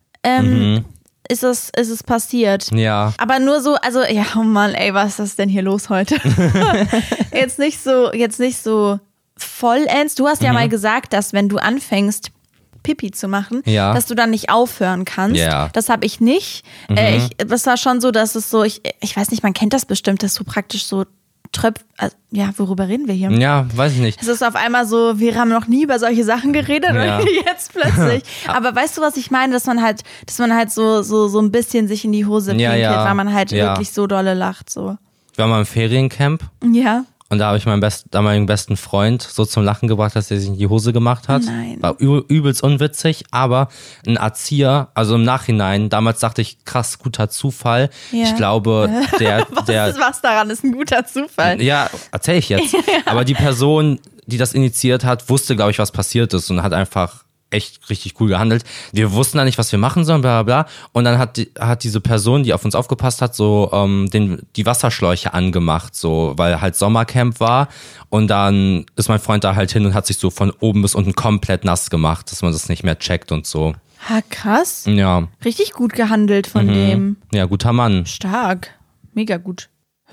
B: ist es passiert.
A: Ja.
B: Aber nur so, also, ja, oh Mann, ey, was ist das denn hier los heute? jetzt nicht so vollends. Du hast ja mal gesagt, dass wenn du anfängst, Pipi zu machen, dass du dann nicht aufhören kannst.
A: Ja.
B: Das habe ich nicht. Das war schon so, dass es so, ich weiß nicht, man kennt das bestimmt, dass du praktisch so worüber reden wir hier?
A: Ja, weiß ich nicht.
B: Es ist auf einmal so, wir haben noch nie über solche Sachen geredet und jetzt plötzlich. Aber weißt du, was ich meine? Dass man halt so ein bisschen sich in die Hose pinkelt, weil man halt wirklich so dolle lacht. So.
A: Ich war mal im Feriencamp.
B: Ja.
A: Und da habe ich meinen damaligen besten Freund so zum Lachen gebracht, dass er sich in die Hose gemacht hat.
B: Nein.
A: War übelst unwitzig, aber ein Erzieher, also im Nachhinein, damals dachte ich, krass, guter Zufall. Ja. Ich glaube,
B: was daran ist ein guter Zufall?
A: Ja, erzähle ich jetzt. Aber die Person, die das initiiert hat, wusste, glaube ich, was passiert ist und hat einfach echt richtig cool gehandelt. Wir wussten da nicht, was wir machen sollen, bla bla bla. Und dann hat diese Person, die auf uns aufgepasst hat, so die Wasserschläuche angemacht, so, weil halt Sommercamp war. Und dann ist mein Freund da halt hin und hat sich so von oben bis unten komplett nass gemacht, dass man das nicht mehr checkt und so.
B: Ha, krass.
A: Ja.
B: Richtig gut gehandelt von dem.
A: Ja, guter Mann.
B: Stark. Mega gut.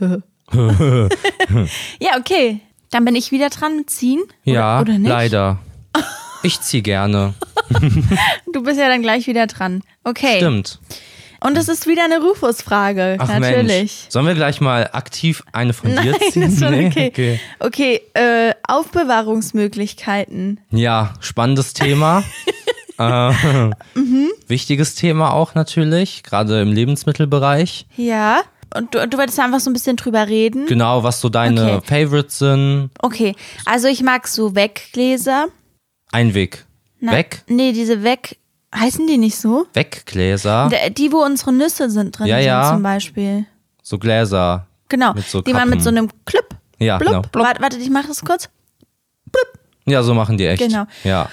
B: Ja, okay. Dann bin ich wieder dran mit Ziehen? Oder nicht?
A: Leider. Ich ziehe gerne.
B: Du bist ja dann gleich wieder dran. Okay.
A: Stimmt.
B: Und es ist wieder eine Rufus-Frage.
A: Ach,
B: natürlich.
A: Mensch. Sollen wir gleich mal aktiv eine von dir ziehen?
B: Nein, ist schon okay. Okay, Aufbewahrungsmöglichkeiten.
A: Ja, spannendes Thema. Wichtiges Thema auch natürlich, gerade im Lebensmittelbereich.
B: Ja. Und du wolltest einfach so ein bisschen drüber reden?
A: Genau, was so deine Favorites sind.
B: Okay, also ich mag so Weggläser.
A: Einweg. Weg?
B: Nee, diese heißen die nicht so?
A: Weggläser?
B: Die, wo unsere Nüsse sind drin sind zum Beispiel.
A: So Gläser.
B: Genau,
A: mit so
B: die man mit so einem Clip.
A: Ja,
B: blub.
A: genau.
B: Warte, ich mache das kurz. Blub.
A: Ja, so machen die echt.
B: Genau.
A: Ja.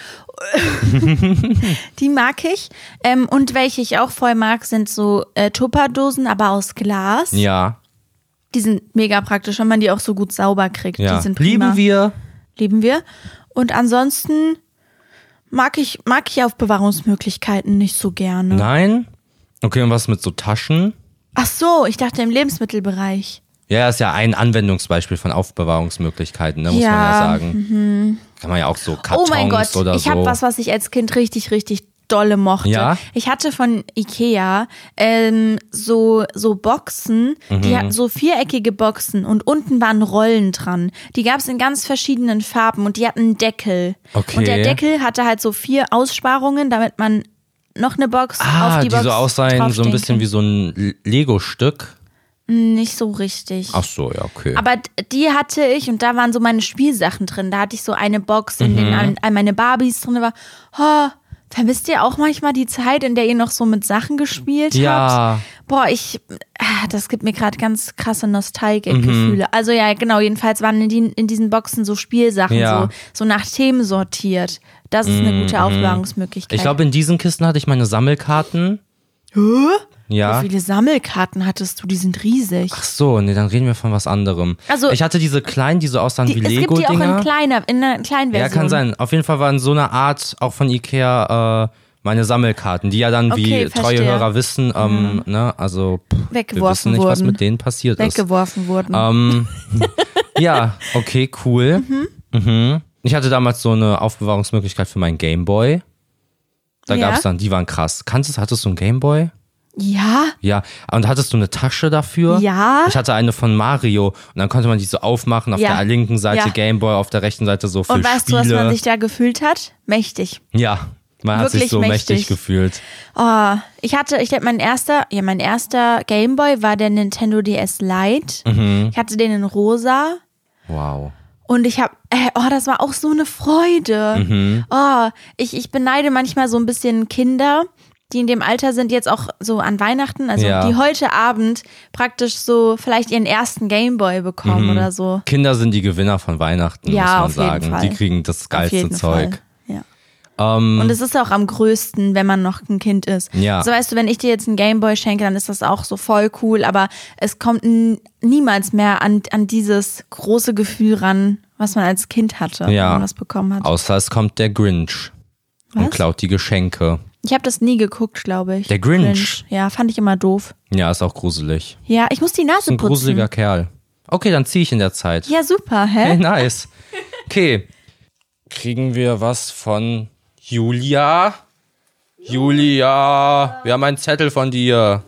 B: Die mag ich. Und welche ich auch voll mag, sind so Tupperdosen, aber aus Glas.
A: Ja.
B: Die sind mega praktisch, wenn man die auch so gut sauber kriegt.
A: Ja.
B: Die sind prima.
A: Lieben wir.
B: Und ansonsten mag ich Aufbewahrungsmöglichkeiten nicht so gerne.
A: Nein? Okay, und was mit so Taschen?
B: Ach so, ich dachte im Lebensmittelbereich.
A: Ja, ist ja ein Anwendungsbeispiel von Aufbewahrungsmöglichkeiten, ne, muss man ja sagen. Kann man ja auch so Kartons
B: Oh mein Gott,
A: oder
B: ich
A: so.
B: habe was ich als Kind richtig, richtig dolle mochte.
A: Ja?
B: Ich hatte von Ikea so Boxen, die hatten so viereckige Boxen und unten waren Rollen dran. Die gab es in ganz verschiedenen Farben und die hatten einen Deckel.
A: Okay.
B: Und der Deckel hatte halt so 4 Aussparungen, damit man noch eine Box auf die Box
A: die so aussahen, so ein
B: draufstehen
A: bisschen
B: kann.
A: wie so ein Lego-Stück.
B: Nicht so richtig.
A: Ach so, ja, okay.
B: Aber die hatte ich und da waren so meine Spielsachen drin. Da hatte ich so eine Box, in denen all meine Barbies drin war. Oh, vermisst ihr auch manchmal die Zeit, in der ihr noch so mit Sachen gespielt habt? Boah, das gibt mir gerade ganz krasse Nostalgikgefühle. Also ja, genau, jedenfalls waren in diesen Boxen so Spielsachen, so nach Themen sortiert. Das ist eine gute Aufbewahrungsmöglichkeit.
A: Ich glaube, in diesen Kisten hatte ich meine Sammelkarten. Ja.
B: Wie viele Sammelkarten hattest du? Die sind riesig.
A: Ach so, nee, dann reden wir von was anderem.
B: Also,
A: ich hatte diese kleinen, die so aussahen wie
B: es gibt die auch
A: Lego-Dinger.
B: in einer kleinen Version.
A: Ja, kann sein. Auf jeden Fall waren so eine Art, auch von Ikea, meine Sammelkarten, die ja dann, wie
B: Okay,
A: treue
B: verstehe.
A: Hörer wissen, ne, also wir
B: Weggeworfen
A: wissen nicht, was
B: wurden.
A: mit denen passiert ist.
B: Weggeworfen wurden.
A: Ja, okay, cool. Mhm. Ich hatte damals so eine Aufbewahrungsmöglichkeit für meinen Gameboy. Da
B: Ja.
A: gab's dann, die waren krass. Hattest du einen Gameboy?
B: Ja?
A: Ja, und hattest du eine Tasche dafür?
B: Ja.
A: Ich hatte eine von Mario und dann konnte man die so aufmachen, auf
B: Ja.
A: der linken Seite
B: Ja.
A: Gameboy, auf der rechten Seite so für
B: Und weißt
A: Spiele.
B: du, was man sich da gefühlt hat? Mächtig.
A: Ja, man hat sich
B: Wirklich
A: so mächtig
B: mächtig.
A: gefühlt.
B: Oh, ich hatte mein erster Gameboy war der Nintendo DS Lite.
A: Mhm.
B: Ich hatte den in rosa.
A: Wow.
B: Und ich habe, das war auch so eine Freude.
A: Mhm.
B: Oh, ich beneide manchmal so ein bisschen Kinder, die in dem Alter sind, jetzt auch so an Weihnachten, also
A: Ja.
B: die heute Abend praktisch so vielleicht ihren ersten Gameboy bekommen oder so.
A: Kinder sind die Gewinner von Weihnachten,
B: Ja,
A: muss man
B: auf jeden
A: sagen.
B: Fall.
A: Die kriegen das
B: Auf
A: geilste
B: jeden
A: Zeug.
B: Fall. Ja. Und es ist auch am größten, wenn man noch ein Kind ist.
A: Ja.
B: So weißt du, wenn ich dir jetzt einen Gameboy schenke, dann ist das auch so voll cool, aber es kommt niemals mehr an dieses große Gefühl ran, was man als Kind hatte, wenn
A: Ja.
B: man das bekommen hat.
A: Außer es kommt der Grinch und
B: Was?
A: klaut die Geschenke.
B: Ich habe das nie geguckt, glaube ich.
A: Der Grinch?
B: Ja, fand ich immer doof.
A: Ja, ist auch gruselig.
B: Ja, ich muss die Nase
A: Ist ein
B: putzen.
A: gruseliger Kerl. Okay, dann ziehe ich in der Zeit.
B: Ja, super,
A: Hey,
B: hä?
A: nice. Okay. Kriegen wir was von Julia? Julia, wir haben einen Zettel von dir.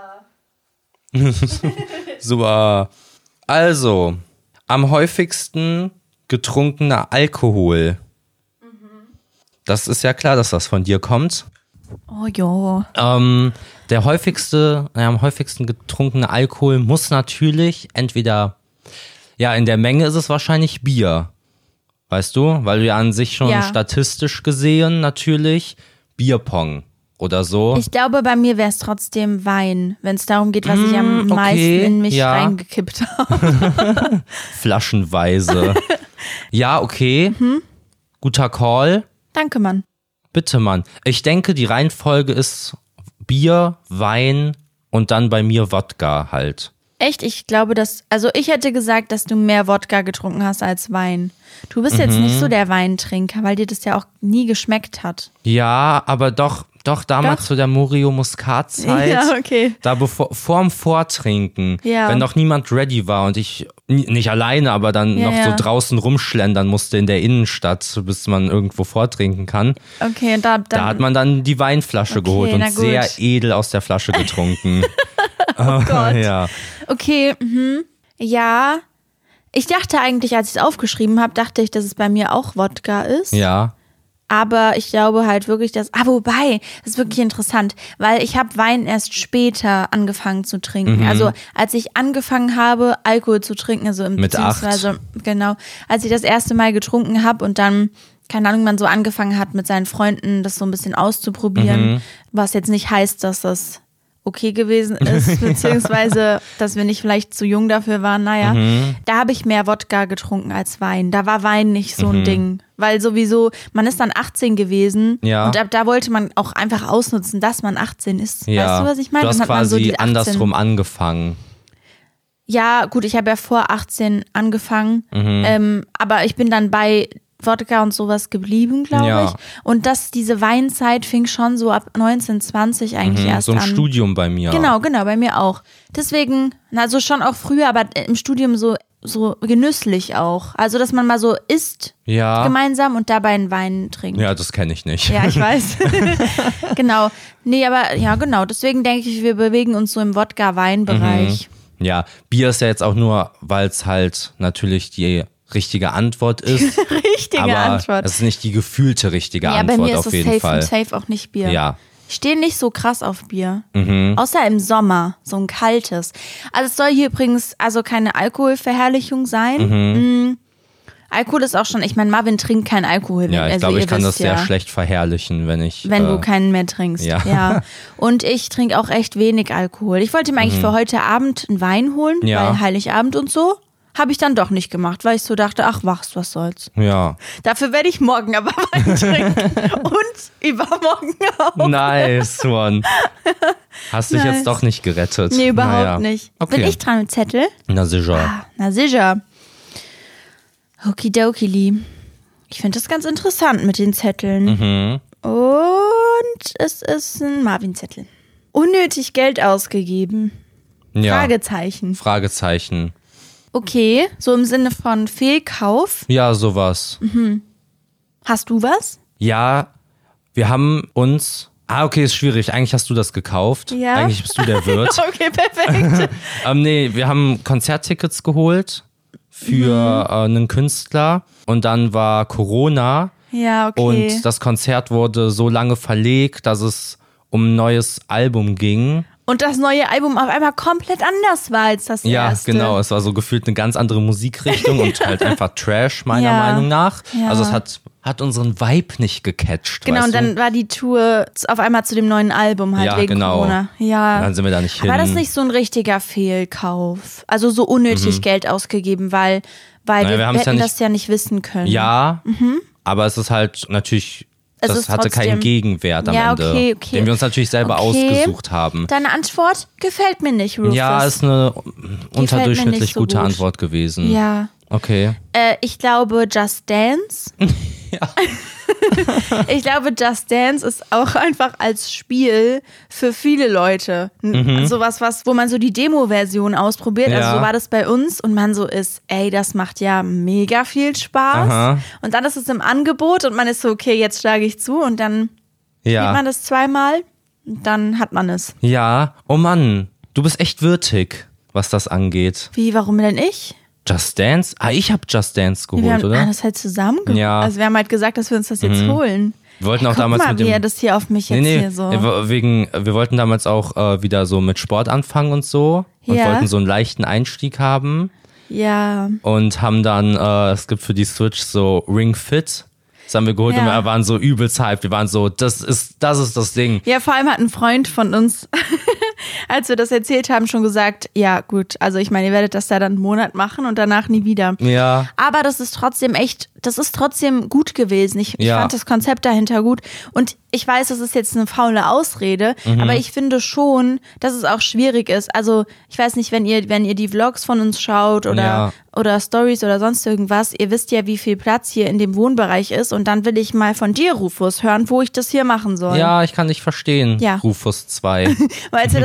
A: Super. Also, am häufigsten getrunkener Alkohol. Das ist ja klar, dass das von dir kommt.
B: Oh jo.
A: Am häufigsten getrunkene Alkohol muss natürlich entweder, ja, in der Menge ist es wahrscheinlich Bier. Weißt du? Weil du ja an sich schon
B: Ja.
A: statistisch gesehen natürlich Bierpong oder so.
B: Ich glaube, bei mir wäre es trotzdem Wein, wenn es darum geht, was ich am
A: okay,
B: meisten in mich
A: ja.
B: reingekippt habe.
A: Flaschenweise. Ja, okay. Guter Call.
B: Danke, Mann.
A: Bitte, Mann. Ich denke, die Reihenfolge ist Bier, Wein und dann bei mir Wodka halt.
B: Echt, ich glaube, ich hätte gesagt, dass du mehr Wodka getrunken hast als Wein. Du bist jetzt nicht so der Weintrinker, weil dir das ja auch nie geschmeckt hat.
A: Ja, aber doch damals
B: Doch.
A: zu der Morio Muscat-Zeit.
B: Ja, okay.
A: Da vorm Vortrinken,
B: Ja.
A: wenn noch niemand ready war und ich nicht alleine, aber dann
B: Ja,
A: noch
B: ja.
A: so draußen rumschlendern musste in der Innenstadt, bis man irgendwo vortrinken kann.
B: Okay, und da
A: Da hat man dann die Weinflasche geholt
B: na
A: und
B: gut.
A: sehr edel aus der Flasche getrunken.
B: Oh Gott.
A: Ja.
B: Okay, ja. Ich dachte eigentlich, als ich es aufgeschrieben habe, dachte ich, dass es bei mir auch Wodka ist.
A: Ja.
B: Aber ich glaube halt wirklich, dass. Wobei, das ist wirklich interessant, weil ich habe Wein erst später angefangen zu trinken. Also als ich angefangen habe, Alkohol zu trinken, also
A: Mit 8.
B: genau, als ich das erste Mal getrunken habe und dann, keine Ahnung, man so angefangen hat, mit seinen Freunden das so ein bisschen auszuprobieren, was jetzt nicht heißt, dass das okay gewesen ist, beziehungsweise, dass wir nicht vielleicht zu jung dafür waren, naja. Da habe ich mehr Wodka getrunken als Wein. Da war Wein nicht so ein Ding. Weil sowieso, man ist dann 18 gewesen und ab da wollte man auch einfach ausnutzen, dass man 18 ist.
A: Ja.
B: Weißt du, was ich meine?
A: Du hast
B: dann hat man so
A: quasi
B: die 18.
A: andersrum angefangen.
B: Ja, gut, ich habe ja vor 18 angefangen, aber ich bin dann bei Wodka und sowas geblieben, glaube ich. Und diese Weinzeit fing schon so ab 19, 20 eigentlich erst an.
A: So ein Studium bei mir.
B: Genau, bei mir auch. Deswegen, also schon auch früher, aber im Studium so genüsslich auch. Also, dass man mal so isst gemeinsam und dabei einen Wein trinkt.
A: Ja, das kenne ich nicht.
B: Ja, ich weiß. Genau. Nee, aber ja, genau. Deswegen denke ich, wir bewegen uns so im Wodka-Wein-Bereich.
A: Ja, Bier ist ja jetzt auch nur, weil es halt natürlich die richtige Antwort ist.
B: Richtige Antwort.
A: Es ist nicht die gefühlte richtige Antwort
B: bei mir
A: auf
B: ist
A: jeden
B: es
A: Fall.
B: safe auch nicht Bier.
A: Ja.
B: Ich stehe nicht so krass auf Bier. Außer im Sommer, so ein kaltes. Also es soll hier übrigens also keine Alkoholverherrlichung sein. Alkohol ist auch schon, ich meine, Marvin trinkt keinen Alkohol.
A: Ja, ich
B: also
A: glaube, ich kann das
B: ja,
A: sehr schlecht verherrlichen, wenn
B: du keinen mehr trinkst.
A: Ja.
B: Und ich trinke auch echt wenig Alkohol. Ich wollte mir eigentlich für heute Abend einen Wein holen, weil Heiligabend und so. Habe ich dann doch nicht gemacht, weil ich so dachte, ach was soll's.
A: Ja.
B: Dafür werde ich morgen aber Wein trinken. Und übermorgen auch.
A: Nice one. Hast dich jetzt doch nicht gerettet.
B: Nee, überhaupt nicht.
A: Okay.
B: Bin ich dran mit Zettel?
A: Na sicher.
B: Na sicher. Okidokili. Ich finde das ganz interessant mit den Zetteln. Und es ist ein Marvin-Zettel. Unnötig Geld ausgegeben.
A: Ja.
B: Fragezeichen. Okay, so im Sinne von Fehlkauf.
A: Ja, sowas.
B: Hast du was?
A: Ja, wir haben uns... okay, ist schwierig. Eigentlich hast du das gekauft.
B: Ja.
A: Eigentlich bist du der Wirt.
B: Okay, perfekt.
A: Nee, wir haben Konzerttickets geholt für einen Künstler. Und dann war Corona.
B: Ja, okay.
A: Und das Konzert wurde so lange verlegt, dass es um ein neues Album ging.
B: Und das neue Album auf einmal komplett anders war als das erste.
A: Ja, genau. Es war so gefühlt eine ganz andere Musikrichtung und halt einfach Trash, meiner Meinung nach.
B: Ja.
A: Also es hat unseren Vibe nicht gecatcht.
B: Genau, und dann war die Tour auf einmal zu dem neuen Album halt wegen Corona. Ja,
A: und dann sind wir da nicht hin.
B: War das nicht so ein richtiger Fehlkauf? Also so unnötig Geld ausgegeben, weil wir hätten das ja nicht wissen können.
A: Ja, aber es ist halt natürlich... Das hatte keinen Gegenwert am Ende,
B: okay.
A: den wir uns natürlich selber ausgesucht haben.
B: Deine Antwort gefällt mir nicht, Rufus.
A: Ja, ist eine unterdurchschnittlich
B: so
A: gute
B: gut.
A: Antwort gewesen.
B: Ja.
A: Okay.
B: Ich glaube, Just Dance.
A: Ja.
B: Ich glaube, Just Dance ist auch einfach als Spiel für viele Leute. Sowas, wo man so die Demo-Version ausprobiert.
A: Ja.
B: Also so war das bei uns und man so ist, ey, das macht ja mega viel Spaß.
A: Aha.
B: Und dann ist es im Angebot und man ist so, okay, jetzt schlage ich zu und dann spielt man das zweimal und dann hat man es.
A: Ja, oh Mann, du bist echt würdig, was das angeht.
B: Wie, warum denn ich?
A: Just Dance? Ich habe Just Dance geholt,
B: wir haben
A: oder?
B: das halt zusammen gemacht.
A: Ja.
B: Also wir haben halt gesagt, dass wir uns das jetzt holen.
A: Wir wollten auch
B: Guck
A: damals
B: mal,
A: mit dem...
B: wie er das hier auf mich jetzt hier so...
A: wir wollten damals auch wieder so mit Sport anfangen und so. Und wollten so einen leichten Einstieg haben.
B: Ja.
A: Und haben dann, es gibt für die Switch so Ring Fit. Das haben wir geholt und wir waren so übelst hyped. Wir waren so, das ist das Ding.
B: Ja, vor allem hat ein Freund von uns, als wir das erzählt haben, schon gesagt, ja gut, also ich meine, ihr werdet das da dann einen Monat machen und danach nie wieder.
A: Ja.
B: Aber das ist trotzdem gut gewesen. Ich fand das Konzept dahinter gut. Und ich weiß, das ist jetzt eine faule Ausrede, aber ich finde schon, dass es auch schwierig ist. Also ich weiß nicht, wenn ihr die Vlogs von uns schaut oder Stories oder sonst irgendwas, ihr wisst ja, wie viel Platz hier in dem Wohnbereich ist und dann will ich mal von dir, Rufus, hören, wo ich das hier machen soll.
A: Ja, ich kann dich verstehen,
B: Ja.
A: Rufus 2.
B: Weil als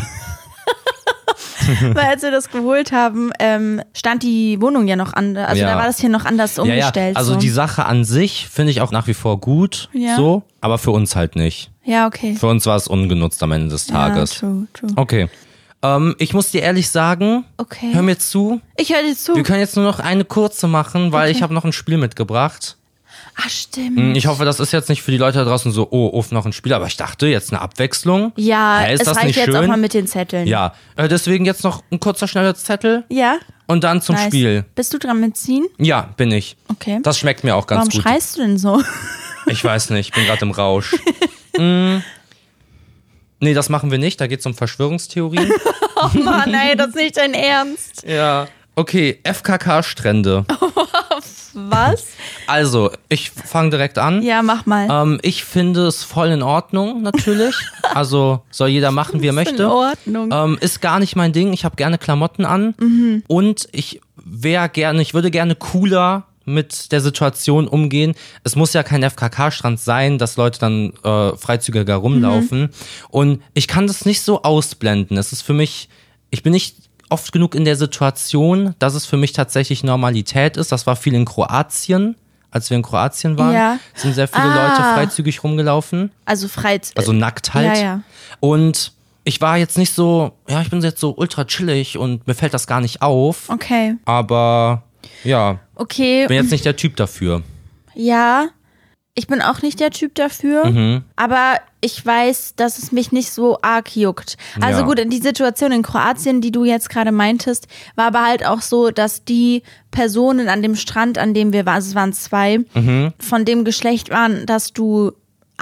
B: wir das geholt haben, stand die Wohnung ja noch anders. Also da war das hier noch anders umgestellt.
A: Ja. Also
B: so.
A: die Sache an sich finde ich auch nach wie vor gut, so, aber für uns halt nicht.
B: Ja, okay.
A: Für uns war es ungenutzt am Ende des Tages.
B: Ja, true.
A: Okay. Ich muss dir ehrlich sagen,
B: Okay.
A: hör mir zu.
B: Ich höre dir zu.
A: Wir können jetzt nur noch eine kurze machen, weil ich habe noch ein Spiel mitgebracht.
B: Ach, stimmt.
A: Ich hoffe, das ist jetzt nicht für die Leute da draußen so, noch ein Spiel, aber ich dachte, jetzt eine Abwechslung.
B: Ja,
A: ist
B: es
A: das
B: reicht
A: nicht
B: jetzt
A: schön?
B: auch mal mit den Zetteln.
A: Ja, deswegen jetzt noch ein kurzer, schneller Zettel
B: Ja?
A: und dann zum
B: Nice.
A: Spiel.
B: Bist du dran mit ziehen?
A: Ja, bin ich.
B: Okay.
A: Das schmeckt mir auch ganz
B: Warum
A: gut.
B: schreist du denn so?
A: Ich weiß nicht, ich bin gerade im Rausch. Nee, das machen wir nicht. Da geht es um Verschwörungstheorien.
B: Oh Mann, ey, das ist nicht dein Ernst.
A: Ja. Okay, FKK-Strände.
B: Was?
A: Also, ich fange direkt an.
B: Ja, mach mal.
A: Ich finde es voll in Ordnung, natürlich. Also soll jeder machen, wie er möchte.
B: In Ordnung.
A: Ist gar nicht mein Ding. Ich habe gerne Klamotten an. Und ich würde gerne cooler mit der Situation umgehen. Es muss ja kein FKK-Strand sein, dass Leute dann freizügiger rumlaufen. Und ich kann das nicht so ausblenden. Es ist für mich, ich bin nicht oft genug in der Situation, dass es für mich tatsächlich Normalität ist. Das war viel in Kroatien. Als wir in Kroatien waren, sind sehr viele Leute freizügig rumgelaufen.
B: Also
A: Also nackt halt.
B: Ja.
A: Und ich war jetzt nicht so, ich bin jetzt so ultra chillig und mir fällt das gar nicht auf.
B: Okay.
A: Aber ja,
B: Okay.
A: bin jetzt nicht der Typ dafür.
B: Ja, ich bin auch nicht der Typ dafür, aber ich weiß, dass es mich nicht so arg juckt. Also gut, die Situation in Kroatien, die du jetzt gerade meintest, war aber halt auch so, dass die Personen an dem Strand, an dem wir waren, also es waren 2, von dem Geschlecht waren, dass du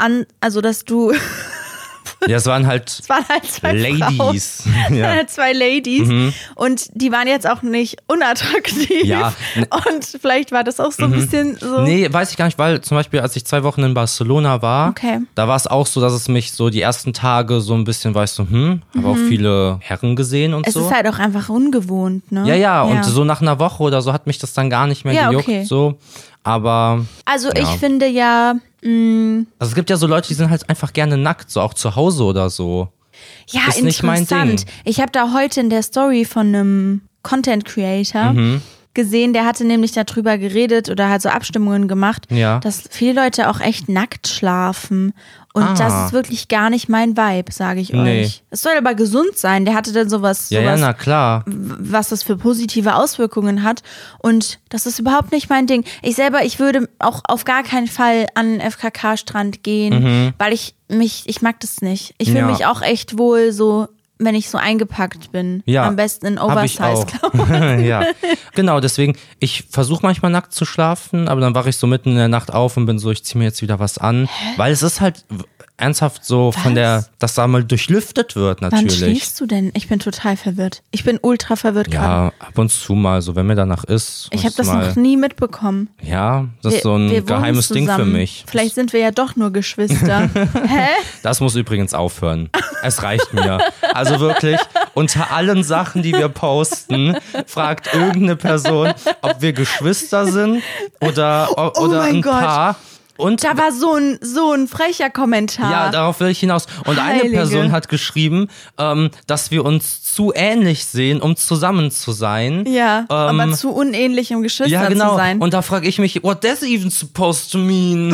A: Ja, es waren halt
B: 2
A: Ladies.
B: Frauen.
A: Ja.
B: 2 Ladies. Und die waren jetzt auch nicht unattraktiv.
A: Ja.
B: Und vielleicht war das auch so ein bisschen so.
A: Nee, weiß ich gar nicht, weil zum Beispiel, als ich 2 Wochen in Barcelona war, da war es auch so, dass es mich so die ersten Tage so ein bisschen, habe auch viele Herren gesehen und
B: Es
A: so.
B: ist halt auch einfach ungewohnt, ne?
A: Ja, und so nach einer Woche oder so hat mich das dann gar nicht mehr gejuckt. So. Aber.
B: Also ich finde ja.
A: Also es gibt ja so Leute, die sind halt einfach gerne nackt, so auch zu Hause oder so.
B: Ja,
A: ist nicht mein Ding.
B: Ich habe da heute in der Story von einem Content Creator gesehen, der hatte nämlich darüber geredet oder halt so Abstimmungen gemacht, dass viele Leute auch echt nackt schlafen. Und das ist wirklich gar nicht mein Vibe, sage ich euch. Es soll aber gesund sein. Der hatte dann sowas,
A: Ja, na klar.
B: was das für positive Auswirkungen hat. Und das ist überhaupt nicht mein Ding. Ich würde auch auf gar keinen Fall an den FKK-Strand gehen, weil ich mag das nicht. Ich fühle mich auch echt wohl so, wenn ich so eingepackt bin.
A: Ja,
B: am besten in Oversize-Klamotten.
A: Ja, genau, deswegen, ich versuche manchmal nackt zu schlafen, aber dann wache ich so mitten in der Nacht auf und bin so, ich ziehe mir jetzt wieder was an. Weil es ist halt ernsthaft so dass da mal durchlüftet wird natürlich.
B: Wann schläfst du denn? Ich bin total verwirrt. Ich bin ultra verwirrt gerade.
A: Ja, ab und zu mal, so wenn mir danach ist.
B: Ich habe das noch nie mitbekommen.
A: Ja, das ist so ein geheimes Ding für mich.
B: Vielleicht sind wir ja doch nur Geschwister. Hä?
A: Das muss übrigens aufhören. Es reicht mir. Also wirklich, unter allen Sachen, die wir posten, fragt irgendeine Person, ob wir Geschwister sind oder ein Paar. Und
B: da war so ein frecher Kommentar.
A: Ja, darauf will ich hinaus. Und eine Person hat geschrieben, dass wir uns zu ähnlich sehen, um zusammen zu sein.
B: Ja, aber zu unähnlich, um Geschwister zu sein.
A: Und da frage ich mich, what that's even supposed to mean?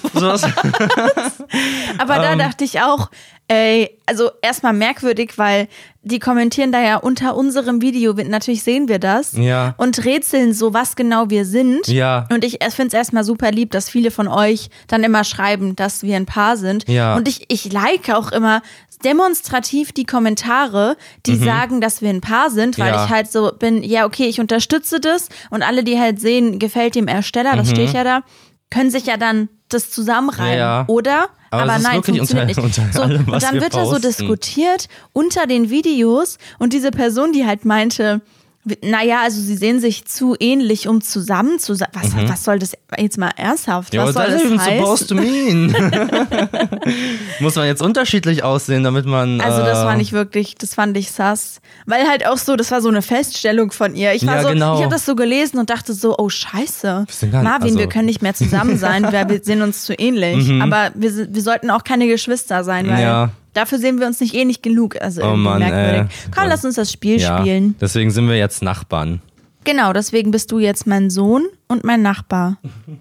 B: Aber da dachte ich auch, also erstmal merkwürdig, weil die kommentieren da ja unter unserem Video, natürlich sehen wir das, und rätseln so, was genau wir sind.
A: Ja.
B: Und ich finde es erstmal super lieb, dass viele von euch dann immer schreiben, dass wir ein Paar sind.
A: Ja.
B: Und ich like auch immer demonstrativ die Kommentare, die sagen, dass wir ein Paar sind, weil ich halt so bin, ich unterstütze das, und alle, die halt sehen, gefällt dem Ersteller, das stehe ich ja da, können sich ja dann das zusammenreimen, oder? Aber nein, funktioniert nicht.
A: Allem,
B: und dann wird da so diskutiert unter den Videos, und diese Person, die halt meinte, also sie sehen sich zu ähnlich, um zusammen zu sein. Was soll das jetzt mal ernsthaft? Was soll das heißen?
A: Supposed to mean? Muss man jetzt unterschiedlich aussehen, damit man...
B: Also das war nicht wirklich, das fand ich sass. Weil halt auch so, das war so eine Feststellung von ihr. Ich habe das so gelesen und dachte so, oh scheiße, Marvin, wir können nicht mehr zusammen sein, weil wir sehen uns zu ähnlich. Aber wir sollten auch keine Geschwister sein, weil... Dafür sehen wir uns nicht ähnlich genug. Also irgendwie merkwürdig. Komm, lass uns das Spiel spielen.
A: Deswegen sind wir jetzt Nachbarn.
B: Genau, deswegen bist du jetzt mein Sohn und mein Nachbar.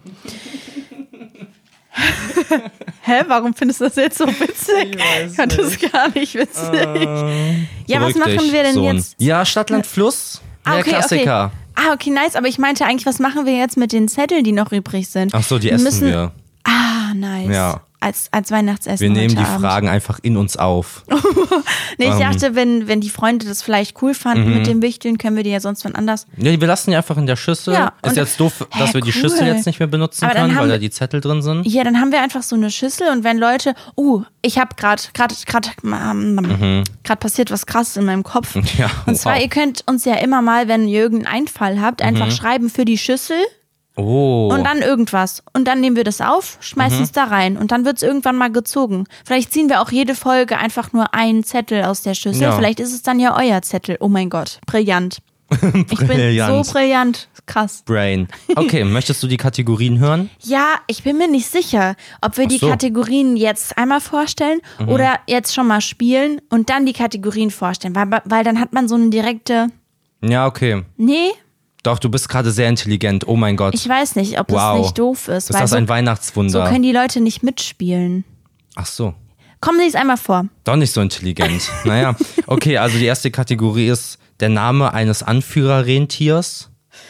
B: Hä, warum findest du das jetzt so witzig? Ich fand das gar nicht witzig. Ja, was machen wir denn jetzt?
A: Ja, Stadt, Land, Fluss. Der Klassiker.
B: Okay. Okay, nice. Aber ich meinte eigentlich, was machen wir jetzt mit den Zetteln, die noch übrig sind?
A: Ach so, die essen wir.
B: Ah, nice.
A: Ja.
B: als Weihnachtsessen
A: Wir nehmen
B: heute
A: die
B: Abend.
A: Fragen einfach in uns auf.
B: Nee, ich dachte, wenn die Freunde das vielleicht cool fanden mit dem Wichteln, können wir die ja sonst wann anders.
A: Nee, wir lassen die einfach in der Schüssel.
B: Ja,
A: Ist
B: und-
A: jetzt doof, dass wir die
B: cool.
A: Schüssel jetzt nicht mehr benutzen
B: Aber dann
A: können,
B: haben
A: weil da
B: wir-
A: die Zettel drin sind.
B: Ja, dann haben wir einfach so eine Schüssel und wenn Leute, ich habe gerade passiert was Krasses in meinem Kopf.
A: Ja,
B: Und zwar,
A: wow.
B: ihr könnt uns ja immer mal, wenn ihr irgendeinen Einfall habt, einfach schreiben für die Schüssel
A: Oh.
B: und dann irgendwas. Und dann nehmen wir das auf, schmeißen es da rein und dann wird es irgendwann mal gezogen. Vielleicht ziehen wir auch jede Folge einfach nur einen Zettel aus der Schüssel.
A: Ja.
B: Vielleicht ist es dann ja euer Zettel. Oh mein Gott, brillant. Ich bin so brillant. Krass.
A: Brain. Okay, möchtest du die Kategorien hören?
B: Ja, ich bin mir nicht sicher, ob wir die
A: so.
B: Kategorien jetzt einmal vorstellen oder jetzt schon mal spielen und dann die Kategorien vorstellen. Weil dann hat man so eine direkte.
A: Ja, okay.
B: Nee,
A: Doch, du bist gerade sehr intelligent. Oh mein Gott.
B: ich weiß nicht, ob das
A: Wow.
B: nicht doof ist.
A: Ist
B: weil
A: das
B: so,
A: ein
B: so
A: Weihnachtswunder?
B: können die Leute nicht mitspielen.
A: Ach so.
B: Komm, lies einmal vor.
A: Doch nicht so intelligent. Naja, okay, also die erste Kategorie ist der Name eines Anführerrentiers.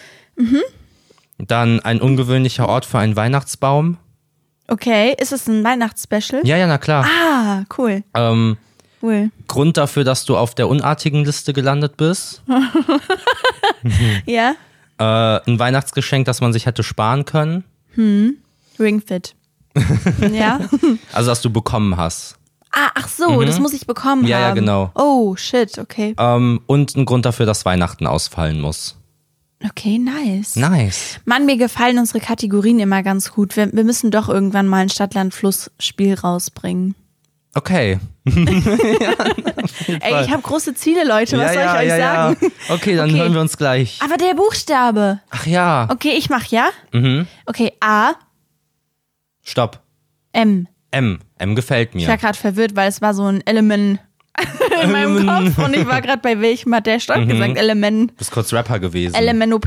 A: Dann ein ungewöhnlicher Ort für einen Weihnachtsbaum.
B: Okay, ist es ein Weihnachtsspecial?
A: Ja, na klar.
B: Ah, cool. Cool.
A: Grund dafür, dass du auf der unartigen Liste gelandet bist.
B: Ja?
A: Ein Weihnachtsgeschenk, das man sich hätte sparen können.
B: Ringfit. Ja?
A: Also, das du bekommen hast.
B: Ach so, das muss ich bekommen
A: Ja,
B: haben.
A: genau.
B: Oh, shit, okay.
A: Und ein Grund dafür, dass Weihnachten ausfallen muss.
B: Okay, nice.
A: Nice.
B: Mann, mir gefallen unsere Kategorien immer ganz gut. Wir müssen doch irgendwann mal ein Stadt-Land-Fluss-Spiel rausbringen.
A: Okay.
B: Ey, ich habe große Ziele, Leute. Was soll ich euch sagen?
A: Ja. Okay, dann
B: Okay.
A: hören wir uns gleich.
B: Aber der Buchstabe.
A: Ach ja.
B: Okay, ich mach, ja?
A: Mhm.
B: Okay, A,
A: Stopp.
B: M.
A: M. M gefällt
B: Ich war
A: mir.
B: gerade verwirrt, weil es war so ein Element in meinem Kopf und ich war gerade bei welchem hat der Stopp gesagt? Element.
A: Du bist kurz Rapper gewesen.
B: LMNOP.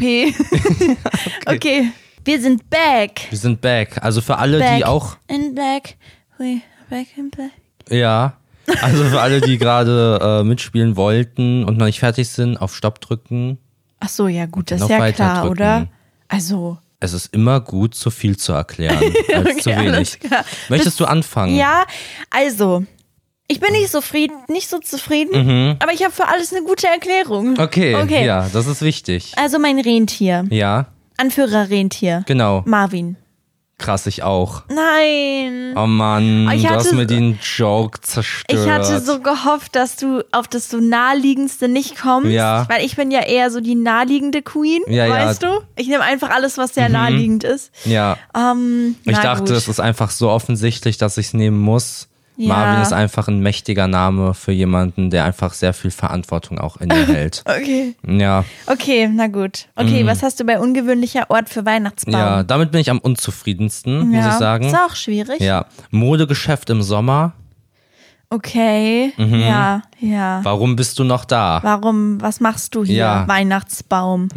B: Okay. Wir sind back.
A: Wir sind back. Also für alle,
B: Back
A: die auch.
B: in black. We back in black.
A: Ja. Also für alle, die gerade mitspielen wollten und noch nicht fertig sind, auf Stopp drücken.
B: Ach so, ja gut, das ist
A: Noch
B: ja
A: weiter
B: klar,
A: drücken.
B: oder? Also,
A: Es ist immer gut, zu viel zu erklären, als
B: okay,
A: zu
B: alles
A: wenig.
B: klar.
A: Möchtest du anfangen?
B: Ja, also, ich bin nicht so zufrieden, aber ich habe für alles eine gute Erklärung.
A: Okay, ja, das ist wichtig.
B: Also mein Rentier,
A: Ja,
B: Anführer-Rentier,
A: genau.
B: Marvin.
A: Krass, ich auch.
B: Nein.
A: Oh Mann,
B: Ich
A: du
B: hatte
A: hast mir
B: so-
A: den Joke zerstört.
B: Ich hatte so gehofft, dass du auf das so naheliegendste nicht kommst,
A: Ja.
B: weil ich bin ja eher so die naheliegende Queen,
A: Ja, ja.
B: weißt du? Ich nehme einfach alles, was sehr naheliegend ist.
A: Ja, ich
B: Na
A: dachte,
B: gut.
A: es ist einfach so offensichtlich, dass ich es nehmen muss.
B: Ja.
A: Marvin ist einfach ein mächtiger Name für jemanden, der einfach sehr viel Verantwortung auch inne hält.
B: Okay.
A: Ja,
B: Okay, na gut. Okay, was hast du bei ungewöhnlicher Ort für Weihnachtsbaum?
A: ja, damit bin ich am unzufriedensten, muss ich sagen.
B: Ist auch schwierig.
A: Ja, Modegeschäft im Sommer.
B: Okay, ja.
A: Warum bist du noch da?
B: Warum, was machst du hier,
A: Ja.
B: Weihnachtsbaum?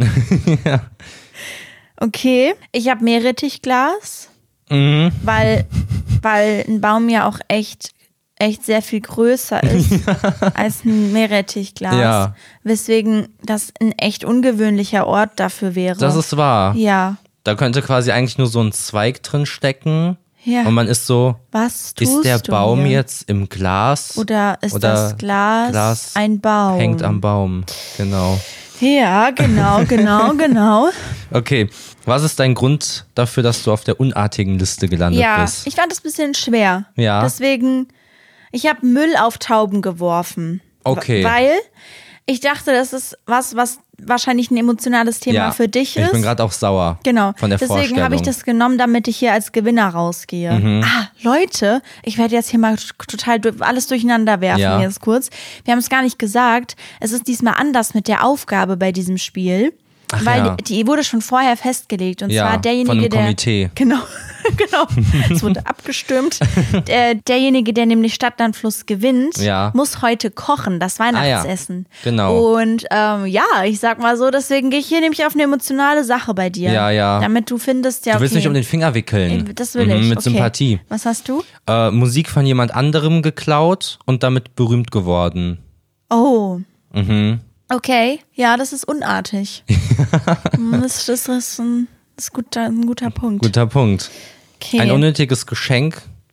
B: Okay, ich habe Meerrettichglas,
A: Mhm.
B: weil ein Baum ja auch echt sehr viel größer ist als ein Meerrettichglas.
A: Ja.
B: Weswegen das ein echt ungewöhnlicher Ort dafür wäre.
A: Das ist wahr.
B: ja.
A: Da könnte quasi eigentlich nur so ein Zweig drin stecken.
B: Ja.
A: Und man ist so,
B: Was tust
A: ist der
B: du
A: Baum
B: hier?
A: jetzt im Glas?
B: Oder ist
A: Oder
B: das Glas ein Baum?
A: Hängt am Baum. Genau.
B: Ja, genau.
A: Okay, was ist dein Grund dafür, dass du auf der unartigen Liste gelandet
B: Ja,
A: bist?
B: ich fand es ein bisschen schwer.
A: Ja.
B: Deswegen, ich habe Müll auf Tauben geworfen.
A: Okay.
B: Weil ich dachte, das ist was wahrscheinlich ein emotionales Thema
A: Ja,
B: für dich ist.
A: Ich bin gerade auch sauer
B: Genau.
A: von der
B: Deswegen
A: Vorstellung.
B: habe ich das genommen, damit ich hier als Gewinner rausgehe. Leute, ich werde jetzt hier mal total alles durcheinander werfen
A: Ja.
B: jetzt kurz. Wir haben es gar nicht gesagt. Es ist diesmal anders mit der Aufgabe bei diesem Spiel.
A: Ach
B: weil
A: ja.
B: die wurde schon vorher festgelegt. Und
A: Ja,
B: zwar derjenige,
A: von einem
B: der.
A: Komitee.
B: Genau. Es wurde abgestimmt. Derjenige, der nämlich Stadt-Land-Fluss gewinnt,
A: Ja.
B: muss heute kochen, das Weihnachtsessen.
A: Genau.
B: Und ich sag mal so, deswegen gehe ich hier nämlich auf eine emotionale Sache bei dir.
A: Ja, ja.
B: Damit du findest, ja,
A: Du
B: okay.
A: willst mich um den Finger wickeln.
B: Das will ich.
A: Mit
B: Okay.
A: Sympathie.
B: Was hast du?
A: Musik von jemand anderem geklaut und damit berühmt geworden.
B: Oh.
A: Mhm.
B: Okay. Ja, das ist unartig. Das ist ein guter Punkt.
A: Guter Punkt.
B: Okay.
A: Ein unnötiges Geschenk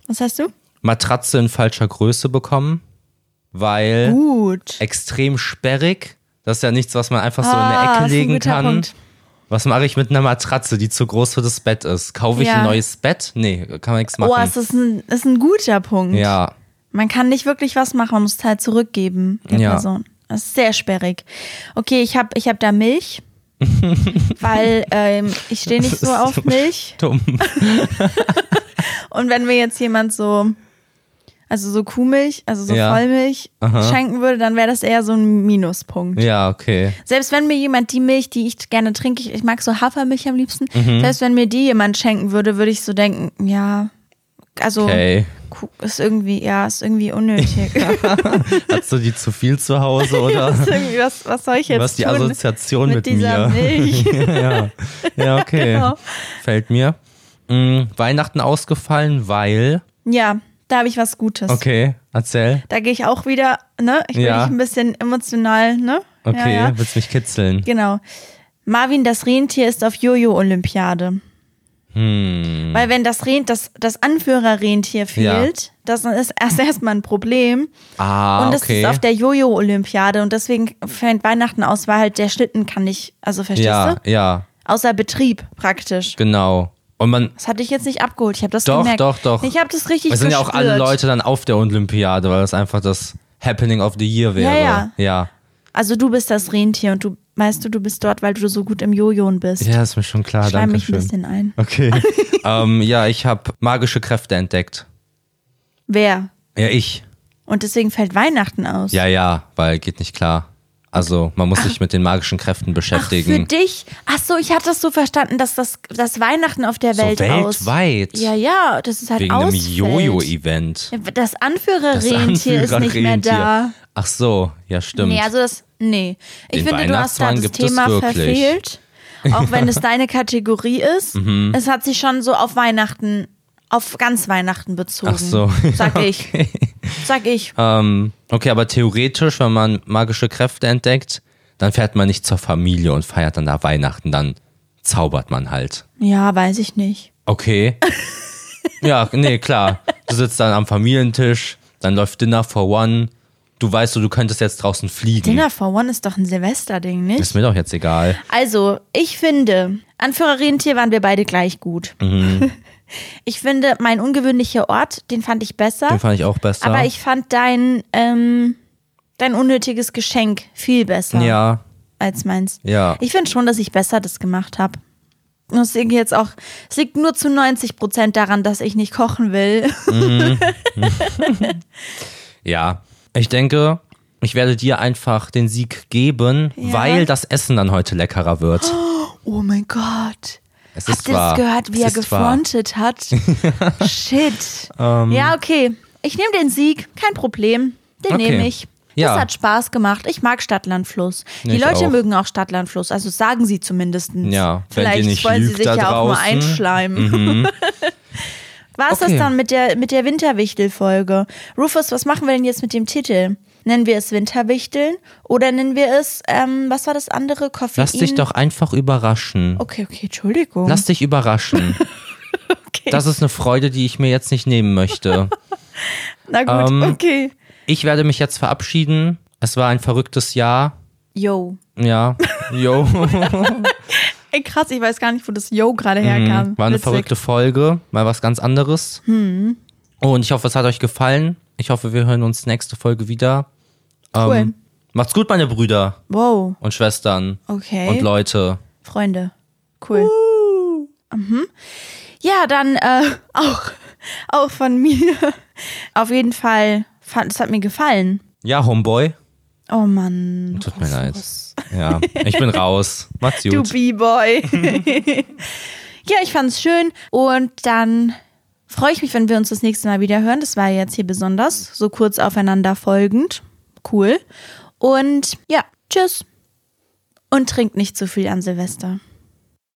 B: Was hast du?
A: Matratze in falscher Größe bekommen, weil
B: Gut.
A: extrem sperrig. Das ist ja nichts, was man einfach so in der
B: ist
A: Ecke
B: ein
A: legen
B: guter
A: kann.
B: Punkt.
A: Was mache ich mit einer Matratze, die zu groß für das Bett ist? Kaufe ich
B: Ja.
A: ein neues Bett? Nee, kann man nichts machen.
B: Oh, es ist ein guter Punkt.
A: Ja,
B: Man kann nicht wirklich was machen, man muss es halt zurückgeben der
A: Ja.
B: Person. Das ist sehr sperrig. Okay, ich hab da Milch, weil ich stehe nicht so auf Milch.
A: dumm.
B: Und wenn mir jetzt jemand so Kuhmilch, also so
A: Ja.
B: Vollmilch schenken würde, dann wäre das eher so ein Minuspunkt.
A: Ja, okay.
B: Selbst wenn mir jemand die Milch, die ich gerne trinke, ich mag so Hafermilch am liebsten,
A: Mhm.
B: selbst wenn mir die jemand schenken würde, würde ich so denken, ja, also
A: Okay.
B: ist irgendwie unnötig.
A: Hast du die zu viel zu Hause oder?
B: Ist irgendwie, was soll ich jetzt
A: Was ist die
B: tun
A: Assoziation mit
B: dieser
A: mir?
B: Milch?
A: Ja, okay.
B: Genau.
A: Fällt mir. Weihnachten ausgefallen, weil.
B: Ja, da habe ich was Gutes.
A: Okay, erzähl.
B: Da gehe ich auch wieder, ne? Ich bin
A: Ja.
B: nicht ein bisschen emotional, ne?
A: Okay,
B: Ja, ja.
A: willst mich kitzeln?
B: Genau. Marvin, das Rentier, ist auf Jojo-Olympiade. Weil wenn das Anführerrentier fehlt, das ist erstmal ein Problem. Und es
A: Okay.
B: ist auf der Jojo-Olympiade und deswegen fällt Weihnachten aus, weil halt der Schlitten kann nicht, also verstehst
A: Ja,
B: du?
A: ja,
B: Außer Betrieb praktisch.
A: genau. Und man.
B: Das hatte ich jetzt nicht abgeholt. Ich habe das
A: Doch,
B: gemerkt.
A: doch.
B: Ich habe das richtig
A: Es sind ja
B: gespürt.
A: auch alle Leute dann auf der Olympiade, weil das einfach das Happening of the Year wäre. Ja.
B: Also du bist das Rentier und du bist dort, weil du so gut im Jojoen bist.
A: Ja, ist mir schon klar.
B: Schleim mich ein
A: Dankeschön.
B: bisschen ein.
A: Okay. Ja, ich habe magische Kräfte entdeckt.
B: Wer?
A: Ja, ich.
B: Und deswegen fällt Weihnachten aus.
A: Ja, weil geht nicht klar. Also, man muss sich mit den magischen Kräften
B: Ach, für
A: beschäftigen.
B: dich? Ach so, ich hatte das so verstanden, dass das Weihnachten auf der Welt aus.
A: weltweit.
B: Ja, das ist halt
A: Wegen einem
B: ausfällt.
A: Jojo-Event.
B: Das Anführerrentier ist nicht mehr da.
A: Ach so, ja, stimmt.
B: Nee. Ich
A: Den
B: finde, du hast da
A: Weihnachtsmann
B: das
A: gibt es
B: Thema
A: wirklich.
B: verfehlt. Auch wenn es deine Kategorie ist.
A: Mhm.
B: Es hat sich schon so auf ganz Weihnachten bezogen.
A: Ach so.
B: Sag ich. Sag ich.
A: Okay, aber theoretisch, wenn man magische Kräfte entdeckt, dann fährt man nicht zur Familie und feiert dann da Weihnachten, dann zaubert man halt.
B: Ja, weiß ich nicht.
A: Okay. Ja, nee, klar. Du sitzt dann am Familientisch, dann läuft Dinner for One. Du weißt, du könntest jetzt draußen fliegen.
B: Dinner for One ist doch ein Silvesterding, nicht?
A: Ist mir doch jetzt egal.
B: Also, ich finde, Anführerrentier waren wir beide gleich gut.
A: Mhm.
B: Ich finde, mein ungewöhnlicher Ort, den fand ich besser.
A: Den fand ich auch besser.
B: Aber ich fand dein unnötiges Geschenk viel besser
A: Ja,
B: als meins.
A: ja.
B: Ich finde schon, dass ich besser das gemacht habe. Und es liegt nur zu 90% daran, dass ich nicht kochen will.
A: Ja. Ich denke, ich werde dir einfach den Sieg geben,
B: Ja.
A: weil das Essen dann heute leckerer wird.
B: Oh mein Gott.
A: Es
B: Habt
A: ist
B: ihr
A: wahr.
B: das gehört, wie
A: Es
B: er
A: ist wahr.
B: gefrontet hat? Shit. Ja, okay. Ich nehme den Sieg, kein Problem. Den
A: Okay.
B: nehme ich.
A: Ja.
B: Das hat Spaß gemacht. Ich mag Stadtland Fluss. Die
A: Ich
B: Leute
A: auch.
B: mögen auch Stadtland Fluss, also sagen sie zumindest.
A: Ja, wenn
B: Vielleicht
A: die nicht
B: wollen sie
A: lügt
B: sich
A: da
B: ja auch nur
A: draußen.
B: einschleimen. War es
A: Okay.
B: das dann mit der Winterwichtel-Folge? Rufus, was machen wir denn jetzt mit dem Titel? Nennen wir es Winterwichteln oder nennen wir es, was war das andere? Koffein?
A: Lass dich doch einfach überraschen.
B: Okay, Entschuldigung.
A: Lass dich überraschen.
B: Okay.
A: Das ist eine Freude, die ich mir jetzt nicht nehmen möchte.
B: Na gut, okay.
A: Ich werde mich jetzt verabschieden. Es war ein verrücktes Jahr.
B: Yo.
A: Ja, yo.
B: Ey, krass, ich weiß gar nicht, wo das Yo gerade herkam.
A: War eine
B: Witzig.
A: verrückte Folge, mal was ganz anderes. Und ich hoffe, es hat euch gefallen. Ich hoffe, wir hören uns nächste Folge wieder.
B: Cool.
A: Macht's gut, meine Brüder
B: Wow,
A: und Schwestern
B: okay.
A: und Leute.
B: Freunde. Cool. Ja, dann auch von mir. Auf jeden Fall, es hat mir gefallen.
A: Ja, Homeboy.
B: Oh Mann.
A: Tut mir leid. Ja, ich bin raus. Macht's
B: Du
A: gut.
B: B-Boy. Ja, ich fand's schön und dann freue ich mich, wenn wir uns das nächste Mal wieder hören. Das war jetzt hier besonders, so kurz aufeinander folgend. Cool. Und ja, tschüss. Und trinkt nicht zu viel an Silvester.